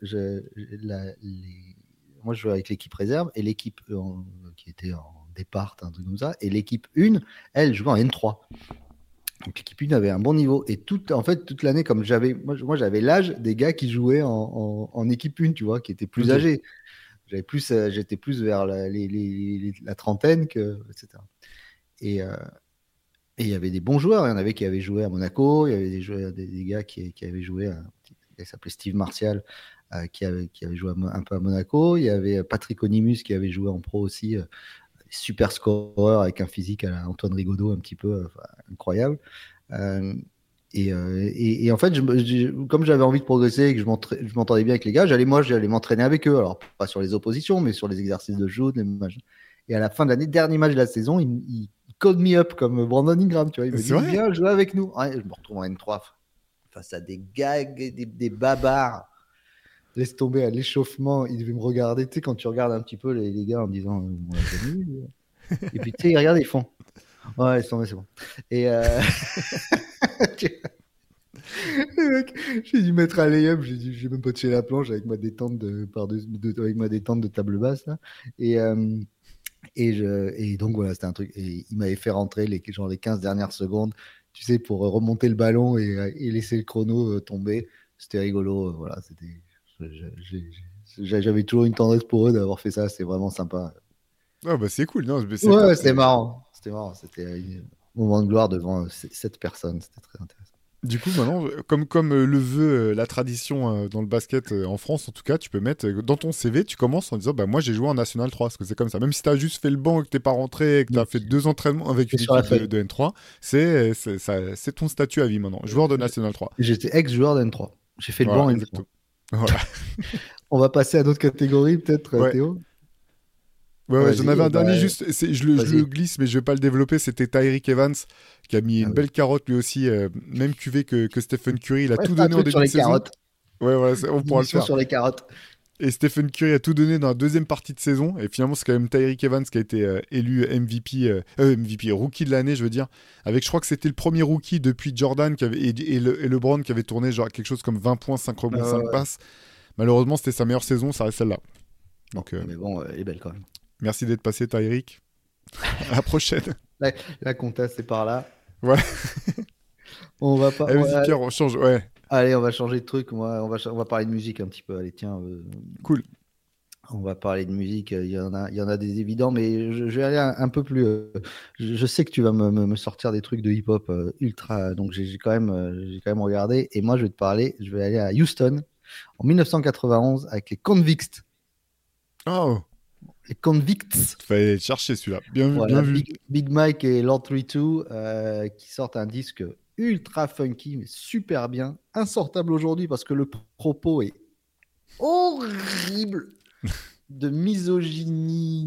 moi je jouais avec l'équipe réserve et l'équipe qui était en départ, un truc comme ça, et l'équipe 1, elle jouait en N3. Donc l'équipe 1 avait un bon niveau. Et en fait, toute l'année, comme moi j'avais l'âge des gars qui jouaient en équipe 1, tu vois, qui étaient plus Ok. âgés. J'étais plus vers la trentaine, etc. Et et il y avait des bons joueurs. Il y en avait qui avaient joué à Monaco. Il y avait des gars qui avaient joué. Il s'appelait Steve Martial, qui avait joué un peu à Monaco. Il y avait Patrick Onimus qui avait joué en pro aussi. Super scoreur avec un physique à la Antoine Rigaudot un petit peu incroyable. Euh, et en fait, comme j'avais envie de progresser et que je m'entendais bien avec les gars, j'allais m'entraîner avec eux. Alors, pas sur les oppositions, mais sur les exercices de jeu, les matchs. Et à la fin de l'année, dernier match de la saison, il code me up comme Brandon Ingram. Tu vois, il me C'est dit, vrai? viens jouer avec nous. Ouais, je me retrouve en N3 face à des gars, des babards. Laisse tomber à l'échauffement. Il devait me regarder. Tu sais, quand tu regardes un petit peu les gars en disant, on l'a jamais vu. Et puis, tu sais, ils regardent, ils font. Ouais, laisse tomber, c'est bon. Et le mec, j'ai dû mettre un lay-up, j'ai même pas touché la planche avec ma détente avec ma détente de table basse là. Et, et donc voilà, c'était un truc. Et il m'avait fait rentrer genre les 15 dernières secondes, tu sais, pour remonter le ballon et laisser le chrono tomber. C'était rigolo. Voilà, c'était. J'avais toujours une tendresse pour eux d'avoir fait ça. C'était vraiment sympa. Ah bah c'est cool, non, mais c'est Ouais, top. c'était marrant. C'était marrant. C'était un moment de gloire devant 7 personnes. C'était très intéressant. Du coup, maintenant, comme le veut la tradition dans le basket en France, en tout cas, tu peux mettre dans ton CV, tu commences en disant bah moi j'ai joué en National 3, parce que c'est comme ça. Même si tu as juste fait le banc et que t'es pas rentré et que tu as fait 2 entraînements avec C'est une sur la équipe feuille. de N3, c'est ton statut à vie maintenant, joueur de National 3. J'étais ex-joueur de N3. J'ai fait le Voilà, banc N3. exactement. Voilà. On va passer à d'autres catégories, peut-être, Ouais. Théo? Ouais, j'en avais Vas-y, un bah, dernier juste, je le vas-y. glisse, mais je vais pas le développer. C'était Tyreek Evans qui a mis Ah une oui. belle carotte lui aussi, même QV que Stephen Curry. Il a Ouais, tout fais un donné en truc sur début de les saison. carottes. Ouais, voilà, on Une pourra le émission faire. sur les carottes. Et Stephen Curry a tout donné dans la deuxième partie de saison. Et finalement, c'est quand même Tyreek Evans qui a été élu MVP, rookie de l'année, je veux dire. Avec, je crois que c'était le premier rookie depuis Jordan et LeBron qui avait tourné genre quelque chose comme 20 points, 5 rebonds, 5 Ouais. passes. Malheureusement, c'était sa meilleure saison, ça reste celle-là. Bon, Donc, mais bon, elle est belle quand même. merci d'être passé, Tyreek. À la prochaine. La compta, c'est par là. Voilà. On va pas. Allez, vas-y, Pierre, on change. Ouais, Allez, on va changer de truc. On va parler de musique un petit peu. Allez, tiens, cool. on va parler de musique. Il y en a des évidents, mais je vais aller un peu plus. Je sais que tu vas me sortir des trucs de hip-hop ultra. Donc j'ai quand même regardé. Et moi, je vais te parler. Je vais aller à Houston en 1991 avec les Convicts. Oh, Les Convicts. fallait le chercher celui-là. Bien vu, bien Voilà, vu. Big Mike et Lord 32 qui sortent un disque ultra funky, mais super bien. Insortable aujourd'hui parce que le propos est horrible de misogynie,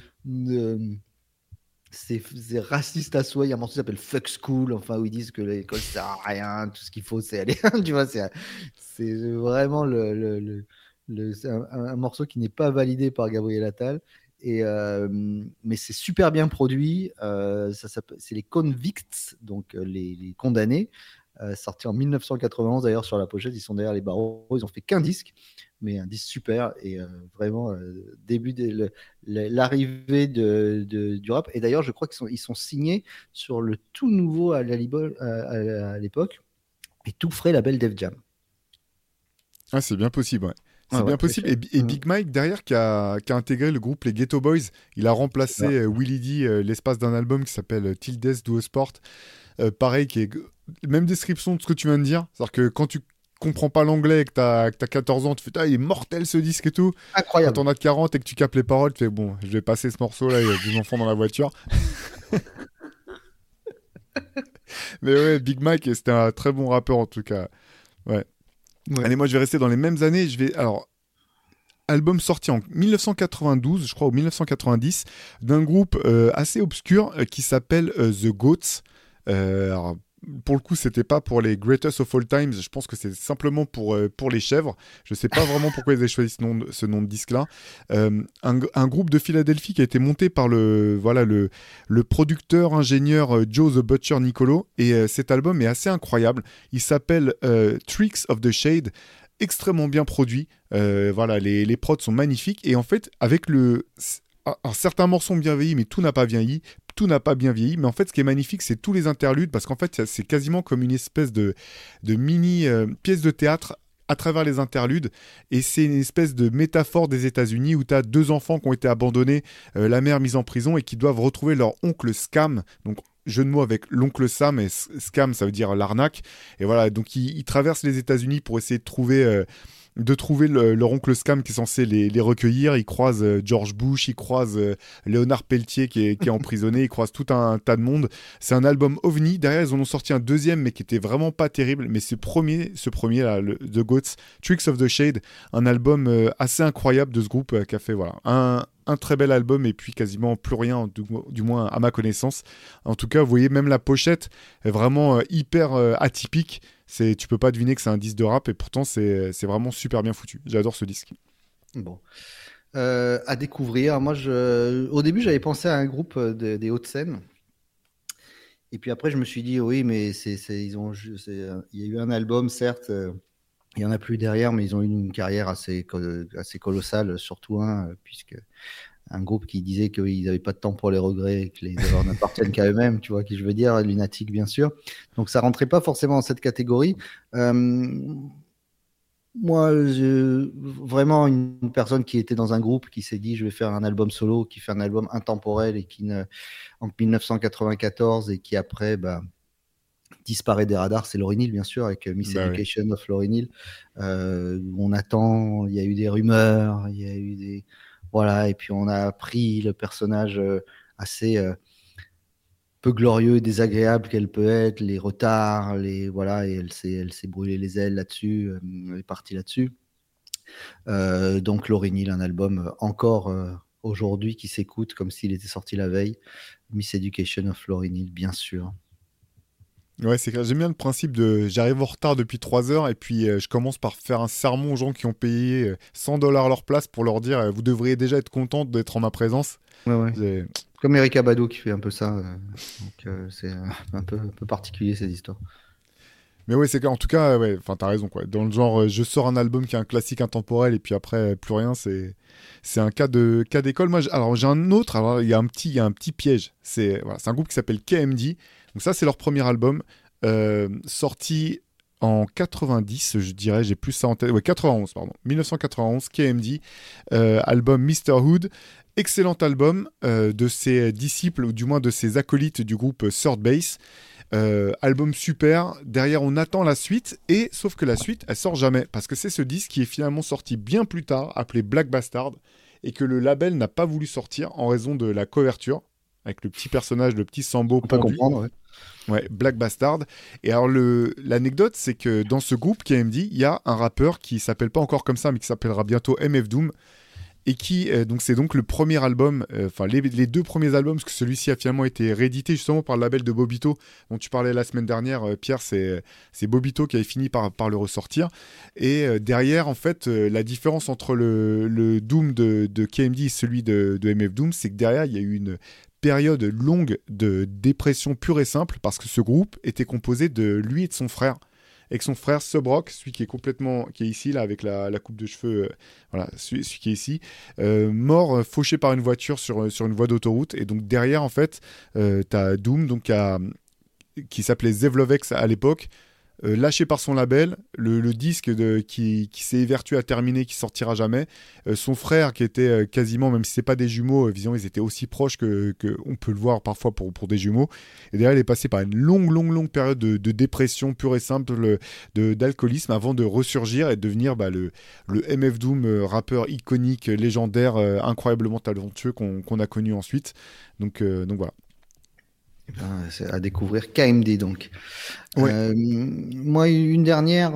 c'est raciste à soi. Il y a un morceau qui s'appelle Fuck School, enfin, où ils disent que l'école sert à rien, tout ce qu'il faut, c'est aller. Tu vois, c'est vraiment c'est un morceau qui n'est pas validé par Gabriel Attal. Mais c'est super bien produit. C'est les Convicts, donc les condamnés, sortis en 1991. D'ailleurs, sur la pochette, ils sont derrière les barreaux. Ils ont fait qu'un disque, mais un disque super et vraiment début de l'arrivée du rap. Et d'ailleurs, je crois qu'ils sont signés sur le tout nouveau à l'époque et tout frais label Def Jam. Ah, c'est bien possible, ouais. Ouais, C'est ouais, bien possible. Et Big Mike, derrière, qui a intégré le groupe les Ghetto Boys, il a remplacé Willie D l'espace d'un album qui s'appelle Till Death Do Us Part. Pareil, qui est même description de ce que tu viens de dire. C'est-à-dire que quand tu comprends pas l'anglais et que t'as 14 ans, tu fais, ah, il est mortel ce disque et tout. Quand Incroyable. t'en as 40 et que tu captes les paroles, tu fais, bon, je vais passer ce morceau-là, il y a des enfants dans la voiture. Mais ouais, Big Mike, c'était un très bon rappeur en tout cas. Ouais. Ouais. Allez, moi je vais rester dans les mêmes années. Alors, album sorti en 1992, je crois, ou 1990, d'un groupe assez obscur qui s'appelle The Goats. Alors, pour le coup, c'était pas pour les Greatest of All Times. Je pense que c'est simplement pour les chèvres. Je sais pas vraiment pourquoi ils avaient choisi ce nom de disque-là. Un groupe de Philadelphie qui a été monté par le producteur ingénieur Joe the Butcher Nicolo. Et cet album est assez incroyable. Il s'appelle Tricks of the Shade. Extrêmement bien produit. Les prods sont magnifiques. Et en fait, avec alors, certains morceaux ont bien vieilli, mais tout n'a pas vieilli. Tout n'a pas bien vieilli. Mais en fait, ce qui est magnifique, c'est tous les interludes, parce qu'en fait, c'est quasiment comme une espèce de mini pièce de théâtre à travers les interludes. Et c'est une espèce de métaphore des États-Unis où tu as 2 enfants qui ont été abandonnés, la mère mise en prison et qui doivent retrouver leur oncle Scam. Donc, jeu de mots avec l'oncle Sam, et Scam, ça veut dire l'arnaque. Et voilà, donc ils traversent les États-Unis pour essayer de trouver leur oncle Scam qui est censé les recueillir. Ils croisent George Bush, ils croisent Léonard Pelletier qui est emprisonné, ils croisent tout un tas de monde. C'est un album ovni. Derrière, ils en ont sorti un deuxième, mais qui était vraiment pas terrible. Mais ce premier là, The Goats, Tricks of the Shade, un album assez incroyable de ce groupe qui a fait un très bel album et puis quasiment plus rien, du moins à ma connaissance. En tout cas, vous voyez, même la pochette est vraiment hyper atypique. Tu peux pas deviner que c'est un disque de rap et pourtant c'est vraiment super bien foutu. J'adore ce disque. Bon. À découvrir. Moi, au début, j'avais pensé à un groupe des Hauts-de-Seine. Et puis après, je me suis dit, oui, mais il y a eu un album, certes, il y en a plus derrière, mais ils ont eu une carrière assez colossale, surtout puisque un groupe qui disait qu'ils n'avaient pas de temps pour les regrets, et que les erreurs n'appartiennent qu'à eux-mêmes, tu vois, qui je veux dire, lunatique, bien sûr. Donc ça rentrait pas forcément dans cette catégorie. Moi, vraiment une personne qui était dans un groupe, qui s'est dit, je vais faire un album solo, qui fait un album intemporel et en 1994 et qui après, bah, disparaît des radars, c'est Lauryn Hill, bien sûr, avec Miss Bah oui. Education of Lauryn Hill. On attend, il y a eu des rumeurs, il y a eu des. Voilà, et puis on a appris le personnage assez peu glorieux et désagréable qu'elle peut être, les retards, voilà, et elle s'est brûlé les ailes là-dessus, elle est partie là-dessus. Donc Lauryn Hill, un album encore aujourd'hui qui s'écoute comme s'il était sorti la veille. Miss Education of Lauryn Hill, bien sûr. Ouais, c'est clair. J'aime bien le principe de j'arrive en retard depuis 3 heures et puis je commence par faire un sermon aux gens qui ont payé $100 leur place pour leur dire vous devriez déjà être content d'être en ma présence. Ouais, ouais. J'ai- Comme Erykah Badu qui fait un peu ça. Donc c'est un peu particulier cette histoire. Mais ouais, c'est clair. En tout cas, ouais, enfin, t'as raison, quoi. Dans le genre, je sors un album qui est un classique intemporel et puis après, plus rien, c'est un cas d'école. Moi, alors, j'ai un autre. Alors, il y a un petit piège. C'est un groupe qui s'appelle KMD. Donc, ça, c'est leur premier album, sorti en 90, je dirais. J'ai plus ça en tête. Ouais, 91, pardon. 1991, KMD. Album Mr. Hood. Excellent album de ses disciples, ou du moins de ses acolytes du groupe Third Base. Album super, derrière on attend la suite, et sauf que la suite elle sort jamais, parce que c'est ce disque qui est finalement sorti bien plus tard, appelé Black Bastard, et que le label n'a pas voulu sortir en raison de la couverture, avec le petit personnage, le petit Sambo On peut pendu. comprendre, ouais. Ouais, Black Bastard. Et alors l'anecdote, c'est que dans ce groupe KMD, il y a un rappeur qui s'appelle pas encore comme ça, mais qui s'appellera bientôt MF Doom, et qui donc c'est donc le premier album, enfin les deux premiers albums, parce que celui-ci a finalement été réédité justement par le label de Bobito dont tu parlais la semaine dernière, Pierre. C'est Bobito qui avait fini par le ressortir. Et derrière, en fait, la différence entre le Doom de KMD et celui de MF Doom, c'est que derrière il y a eu une période longue de dépression pure et simple, parce que ce groupe était composé de lui et de son frère, avec son frère Subrock, celui qui est ici là avec la coupe de cheveux, voilà, celui qui est ici, mort, fauché par une voiture sur une voie d'autoroute. Et donc derrière, en fait, t'as Doom, donc qui s'appelait Zevlovex à l'époque, lâché par son label, le disque qui s'est évertué à terminer, qui sortira jamais. Son frère, qui était quasiment, même si c'est pas des jumeaux, visiblement ils étaient aussi proches que on peut le voir parfois pour des jumeaux. Et derrière, il est passé par une longue période de dépression pure et simple, d'alcoolisme, avant de ressurgir et de devenir le MF Doom, rappeur iconique, légendaire, incroyablement talentueux qu'on a connu ensuite. Donc voilà. C'est à découvrir KMD donc. Ouais. Moi, une dernière,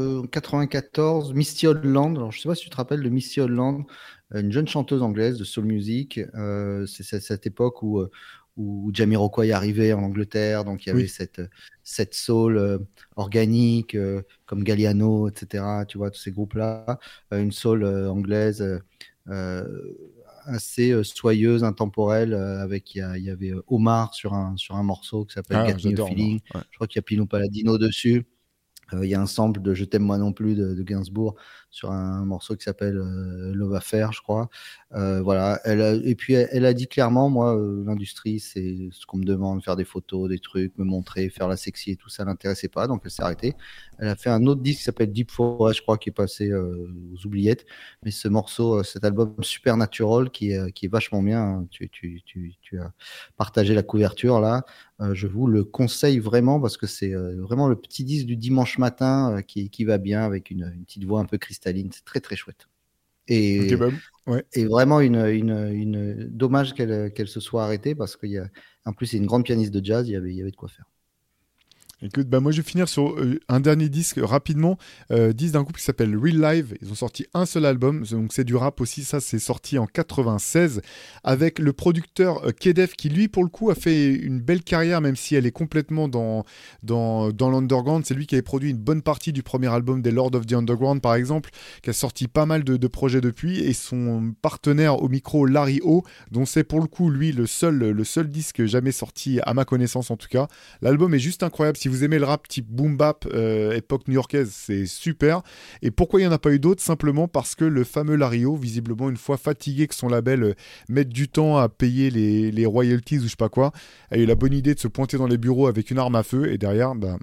94, Misty Holland. Alors, je sais pas si tu te rappelles de Misty Holland, une jeune chanteuse anglaise de soul music. C'est cette époque où Jamiroquai arrivait en Angleterre, donc il y avait Oui. cette soul organique, comme Galliano, etc. Tu vois, tous ces groupes-là. Une soul anglaise. Euh, Assez soyeuse, intemporelle, il y avait Omar sur un morceau qui s'appelle Ah, Get Me a j'adore moi. Feeling. Ouais. Je crois qu'il y a Pino Palladino dessus. Il y a un sample de Je t'aime moi non plus de Gainsbourg sur un morceau qui s'appelle Love Affair, je crois. Voilà. Et puis elle a dit clairement, moi, l'industrie, c'est ce qu'on me demande, faire des photos, des trucs, me montrer, faire la sexy et tout ça l'intéressait pas, donc elle s'est arrêtée. Elle a fait un autre disque qui s'appelle Deep Forest, je crois, qui est passé aux oubliettes. Mais ce morceau, cet album Supernatural, qui est vachement bien, hein. Tu as partagé la couverture là. Je vous le conseille vraiment parce que c'est vraiment le petit disque du dimanche matin qui va bien avec une petite voix un peu cristalline. C'est très très chouette. Ok, Et, bah, ouais. et vraiment dommage qu'elle se soit arrêtée parce en plus c'est une grande pianiste de jazz, il y avait de quoi faire. Écoute, bah moi je vais finir sur un dernier disque rapidement, disque d'un groupe qui s'appelle Real Live. Ils ont sorti un seul album, donc c'est du rap aussi. Ça, c'est sorti en 96 avec le producteur Kedef qui lui pour le coup a fait une belle carrière, même si elle est complètement dans l'underground. C'est lui qui avait produit une bonne partie du premier album des Lord of the Underground par exemple, qui a sorti pas mal de projets depuis, et son partenaire au micro Larry O, dont c'est pour le coup lui le seul disque jamais sorti à ma connaissance en tout cas. L'album est juste incroyable. Si vous aimez le rap type boom bap, époque new-yorkaise, c'est super. Et pourquoi il n'y en a pas eu d'autres? Simplement parce que le fameux Lario, visiblement une fois fatigué que son label mette du temps à payer les royalties ou je sais pas quoi, a eu la bonne idée de se pointer dans les bureaux avec une arme à feu, et derrière, bah,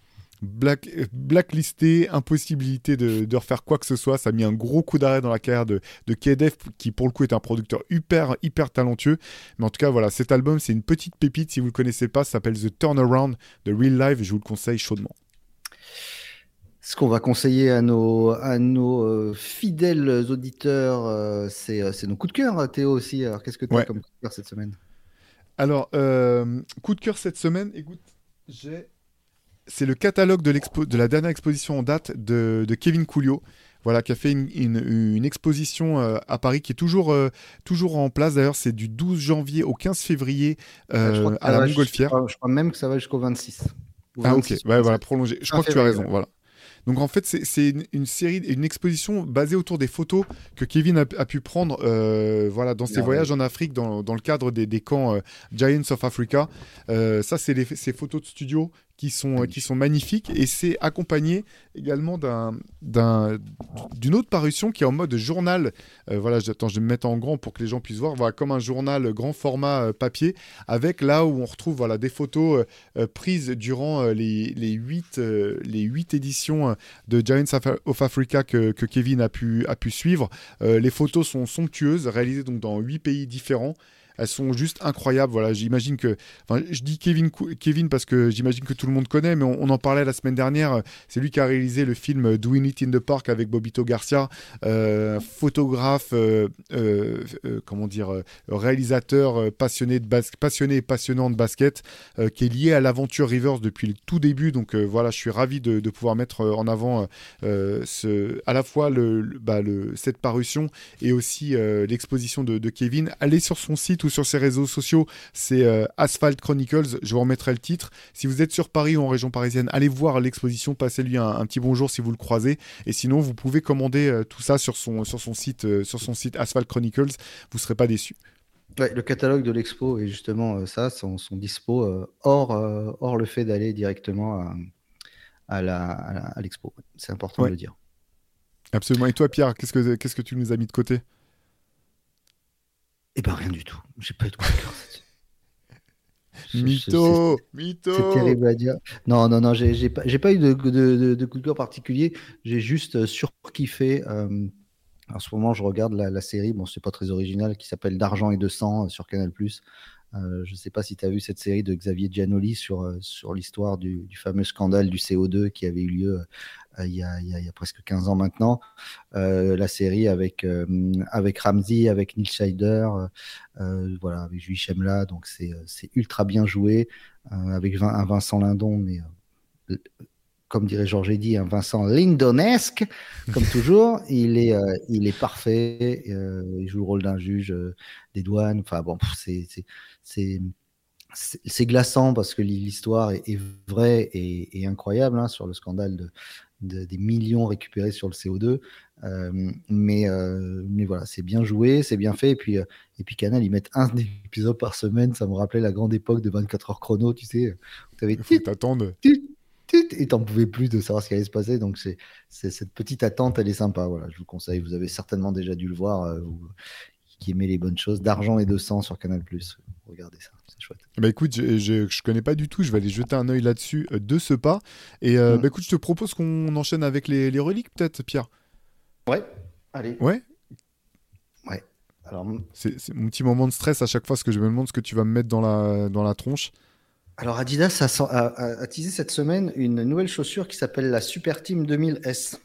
blacklisté, impossibilité de refaire quoi que ce soit. Ça a mis un gros coup d'arrêt dans la carrière de KDF, qui pour le coup est un producteur hyper talentueux. Mais en tout cas, voilà, cet album, c'est une petite pépite. Si vous le connaissez pas, ça s'appelle The Turnaround de Real Live. Je vous le conseille chaudement. Ce qu'on va conseiller à nos fidèles auditeurs, c'est nos coups de cœur, Théo aussi. Alors, qu'est-ce que tu as Ouais. comme coup de cœur cette semaine? Alors, coup de cœur cette semaine, écoute, c'est le catalogue de la dernière exposition en date de Kevin Coolio, voilà, qui a fait une exposition à Paris qui est toujours en place. D'ailleurs, c'est du 12 janvier au 15 février Je crois que à la Montgolfière. je crois même que ça va jusqu'au 26. Ou Ah ok, 26 ou ouais, voilà, 27. prolongé. Je Fin crois que tu as février, raison, ouais. voilà. Donc en fait, c'est une série, une exposition basée autour des photos que Kevin a pu prendre voilà, dans ses Merveille. voyages en Afrique, dans le cadre des camps Giants of Africa. Ça, c'est ces photos de studio qui sont magnifiques, et c'est accompagné également d'une autre parution qui est en mode journal. Voilà, je vais me mettre en grand pour que les gens puissent voir. Voilà, comme un journal grand format papier, avec là où on retrouve voilà, des photos prises durant les 8 éditions de Giants of Africa que Kevin a pu suivre. Les photos sont somptueuses, réalisées donc dans 8 pays différents. Elles sont juste incroyables. Voilà, j'imagine que. Enfin, je dis Kevin parce que j'imagine que tout le monde connaît, mais on en parlait la semaine dernière. C'est lui qui a réalisé le film Doing It in the Park avec Bobito Garcia, photographe, comment dire, réalisateur passionné et passionnant de basket, qui est lié à l'aventure Rivers depuis le tout début. Donc voilà, je suis ravi de pouvoir mettre en avant à la fois cette parution et aussi l'exposition de Kevin. Allez sur son site ou sur ses réseaux sociaux, c'est Asphalt Chronicles, je vous remettrai le titre. Si vous êtes sur Paris ou en région parisienne, allez voir l'exposition, passez-lui un petit bonjour si vous le croisez, et sinon vous pouvez commander tout ça sur son site Asphalt Chronicles, vous ne serez pas déçus. Ouais, le catalogue de l'expo est justement ça, son dispo hors le fait d'aller directement à l'expo. C'est important de Ouais, le dire. absolument. Et toi Pierre, qu'est-ce que tu nous as mis de côté? Eh ben rien du tout. J'ai pas eu de coup de cœur. Mytho, C'est mytho. terrible à dire. Non, j'ai pas eu de coup de cœur particulier. J'ai juste surkiffé. En ce moment, je regarde la série. Bon, c'est pas très original, qui s'appelle D'argent et de sang sur Canal+. Je ne sais pas si tu as vu cette série de Xavier Giannoli sur l'histoire du fameux scandale du CO2 qui avait eu lieu il y a presque 15 ans maintenant. La série avec Ramsey, avec Neil Scheider, voilà, avec Julie Chemla. Donc c'est ultra bien joué, avec un Vincent Lindon, mais comme dirait Georges Eddy, un Vincent Lindonesque, comme toujours. Il est parfait. Il joue le rôle d'un juge des douanes. Enfin bon, c'est glaçant parce que l'histoire est vraie et incroyable, hein, sur le scandale des millions récupérés sur le CO2. Mais voilà, c'est bien joué, c'est bien fait. Et puis Canal, ils mettent un épisode par semaine. Ça me rappelait la grande époque de 24 heures chrono, tu sais. Tu avais Il faut que t'attendes. et t'en pouvais plus de savoir ce qui allait se passer. Donc c'est cette petite attente, elle est sympa. Voilà, je vous conseille. Vous avez certainement déjà dû le voir, vous qui aimez les bonnes choses. D'argent et de sang sur Canal+. Regardez ça, c'est chouette. Bah écoute, je connais pas du tout, je vais aller jeter un œil là-dessus de ce pas. Et bah écoute, je te propose qu'on enchaîne avec les reliques peut-être, Pierre. Ouais, allez. Ouais. Ouais. Alors, C'est mon petit moment de stress à chaque fois, parce que je me demande ce que tu vas me mettre dans la tronche. Adidas a teasé cette semaine une nouvelle chaussure qui s'appelle la Super Team 2000S.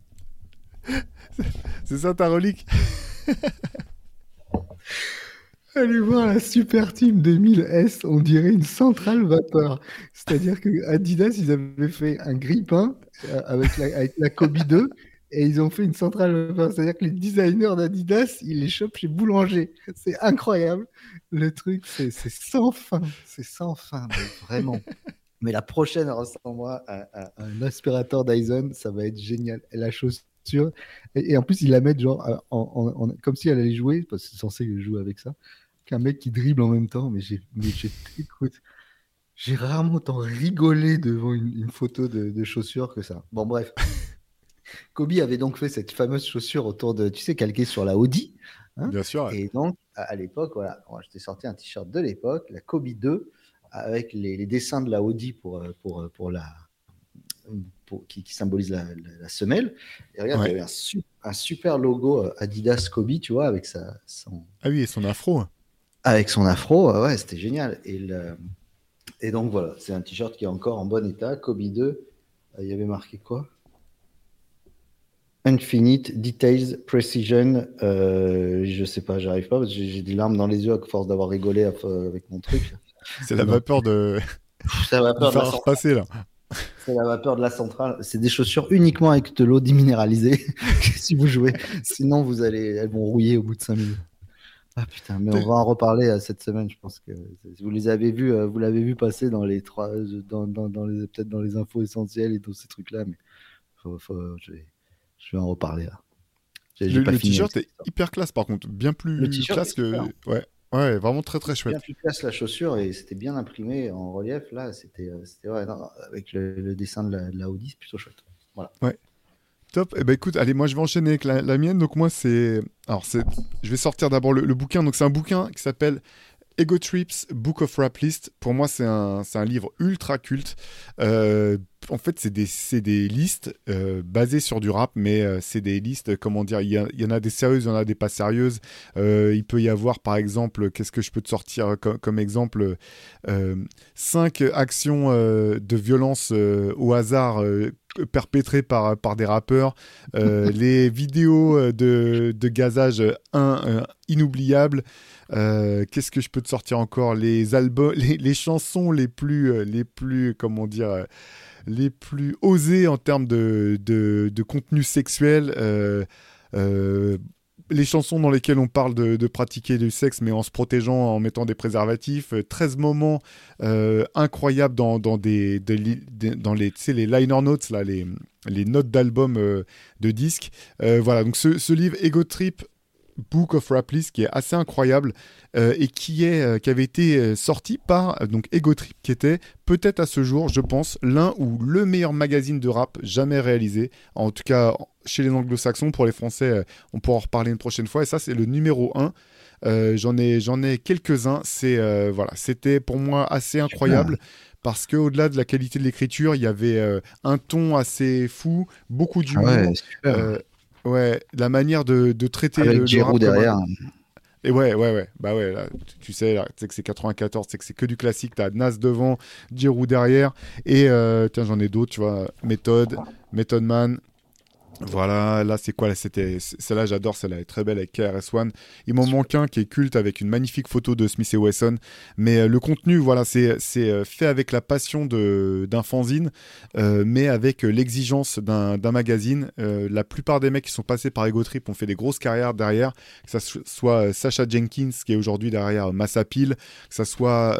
C'est ça ta relique? Allez voir la Super Team 2000S, on dirait une centrale vapeur. C'est-à-dire que Adidas, ils avaient fait un grille-pain avec la Kobe 2 et ils ont fait une centrale vapeur. C'est-à-dire que les designers d'Adidas, ils les chopent chez Boulanger. C'est incroyable. Le truc, c'est sans fin. C'est sans fin, mais vraiment. Mais la prochaine ressemblera à un aspirateur Dyson, ça va être génial. Et la chaussure, et en plus, ils la mettent genre comme si elle allait jouer, parce que c'est censé jouer avec ça qu'un mec qui dribble en même temps. Écoute, j'ai rarement autant rigolé devant une photo de chaussures que ça. Bon, bref. Kobe avait donc fait cette fameuse chaussure autour de, tu sais, calquée sur la Audi. Hein. Bien sûr. Et donc, à l'époque, voilà, moi, je t'ai sorti un t-shirt de l'époque, la Kobe 2, avec les dessins de la Audi qui symbolise la semelle. Et regarde, il y avait un super logo Adidas Kobe, tu vois, avec son... Ah oui, et son afro. Avec son afro, ouais, c'était génial. Et donc voilà, c'est un t-shirt qui est encore en bon état. Kobe 2, il y avait marqué quoi? Infinite Details Precision. Je sais pas, j'arrive pas parce que j'ai des larmes dans les yeux à force d'avoir rigolé avec mon truc. C'est la vapeur de. C'est la vapeur de la faire centrale. repasser là. C'est la vapeur de la centrale. C'est des chaussures uniquement avec de l'eau déminéralisée si vous jouez. Sinon, elles vont rouiller au bout de 5 minutes. Ah putain, mais on va en reparler cette semaine, je pense que vous les avez vus, vous l'avez vu passer dans les peut-être dans les infos essentielles et dans ces trucs-là, mais je vais en reparler là. Le t-shirt est hyper classe par contre, bien plus classe que. Ouais, vraiment très très chouette. Bien plus classe la chaussure et c'était bien imprimé en relief là, avec le dessin de la Audi, c'est plutôt chouette. Voilà. Ouais. Top. Eh ben écoute, allez, moi je vais enchaîner avec la mienne. Donc moi je vais sortir d'abord le bouquin. Donc c'est un bouquin qui s'appelle Ego Trips Book of Rap List. Pour moi c'est un livre ultra culte. En fait c'est des listes basées sur du rap, mais c'est des listes, comment dire, il y en a des sérieuses, il y en a des pas sérieuses. Il peut y avoir par exemple, qu'est-ce que je peux te sortir comme exemple, 5 actions de violence au hasard perpétrées par des rappeurs, les vidéos de gazage inoubliables. Qu'est-ce que je peux te sortir encore, les albums, les chansons les plus comment dire, les plus osées en termes de contenu sexuel, les chansons dans lesquelles on parle de pratiquer du sexe mais en se protégeant, en mettant des préservatifs, 13 moments incroyables dans les, tu sais, les liner notes, là, les notes d'album de disques. Voilà, donc ce livre Ego Trip Book of Rap List qui est assez incroyable et qui avait été sorti par donc Ego Trip, qui était peut-être à ce jour, je pense, l'un ou le meilleur magazine de rap jamais réalisé, en tout cas chez les anglo-saxons. Pour les Français, on pourra en reparler une prochaine fois, et ça c'est le numéro 1. J'en ai quelques-uns. Voilà, c'était pour moi assez incroyable. Parce qu'au-delà de la qualité de l'écriture, il y avait un ton assez fou, beaucoup d'humour. Ouais, la manière de traiter avec le Giroud rap derrière. Et ouais. Bah ouais, là, tu sais, là, tu sais que c'est 94, c'est que c'est que du classique. T'as Nas devant, Giroud derrière. Et tiens, j'en ai d'autres, tu vois. Method Man. Voilà, là c'est quoi là, celle-là, j'adore, celle-là elle est très belle avec KRS-One. Il m'en manque un qui est culte avec une magnifique photo de Smith & Wesson. Mais le contenu, voilà, c'est fait avec la passion d'un fanzine, mais avec l'exigence d'un magazine. La plupart des mecs qui sont passés par Ego Trip ont fait des grosses carrières derrière, que ça soit Sacha Jenkins qui est aujourd'hui derrière Massapil, que ça soit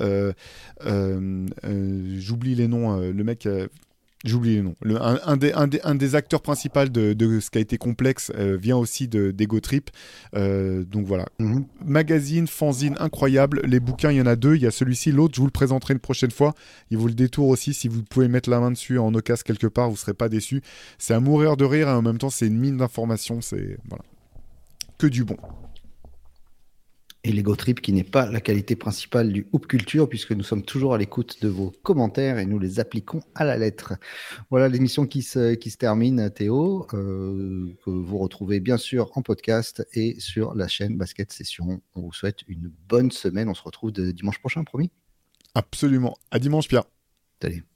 j'oublie les noms, le mec. J'oublie les noms. Un des acteurs principaux de ce qui a été Complexe vient aussi d'Ego Trip. Donc voilà. Magazine, fanzine incroyable. Les bouquins, il y en a 2. Il y a celui-ci, l'autre, je vous le présenterai une prochaine fois. Il vaut le détour aussi. Si vous pouvez mettre la main dessus en occasion quelque part, vous ne serez pas déçus. C'est à mourir de rire et en même temps, c'est une mine d'informations. C'est voilà. Que du bon. Et l'Ego Trip qui n'est pas la qualité principale du Hoop Culture, puisque nous sommes toujours à l'écoute de vos commentaires et nous les appliquons à la lettre. Voilà l'émission qui se termine, Théo, que vous retrouvez bien sûr en podcast et sur la chaîne Basket Session. On vous souhaite une bonne semaine. On se retrouve dimanche prochain, promis? Absolument. À dimanche, Pierre. Salut.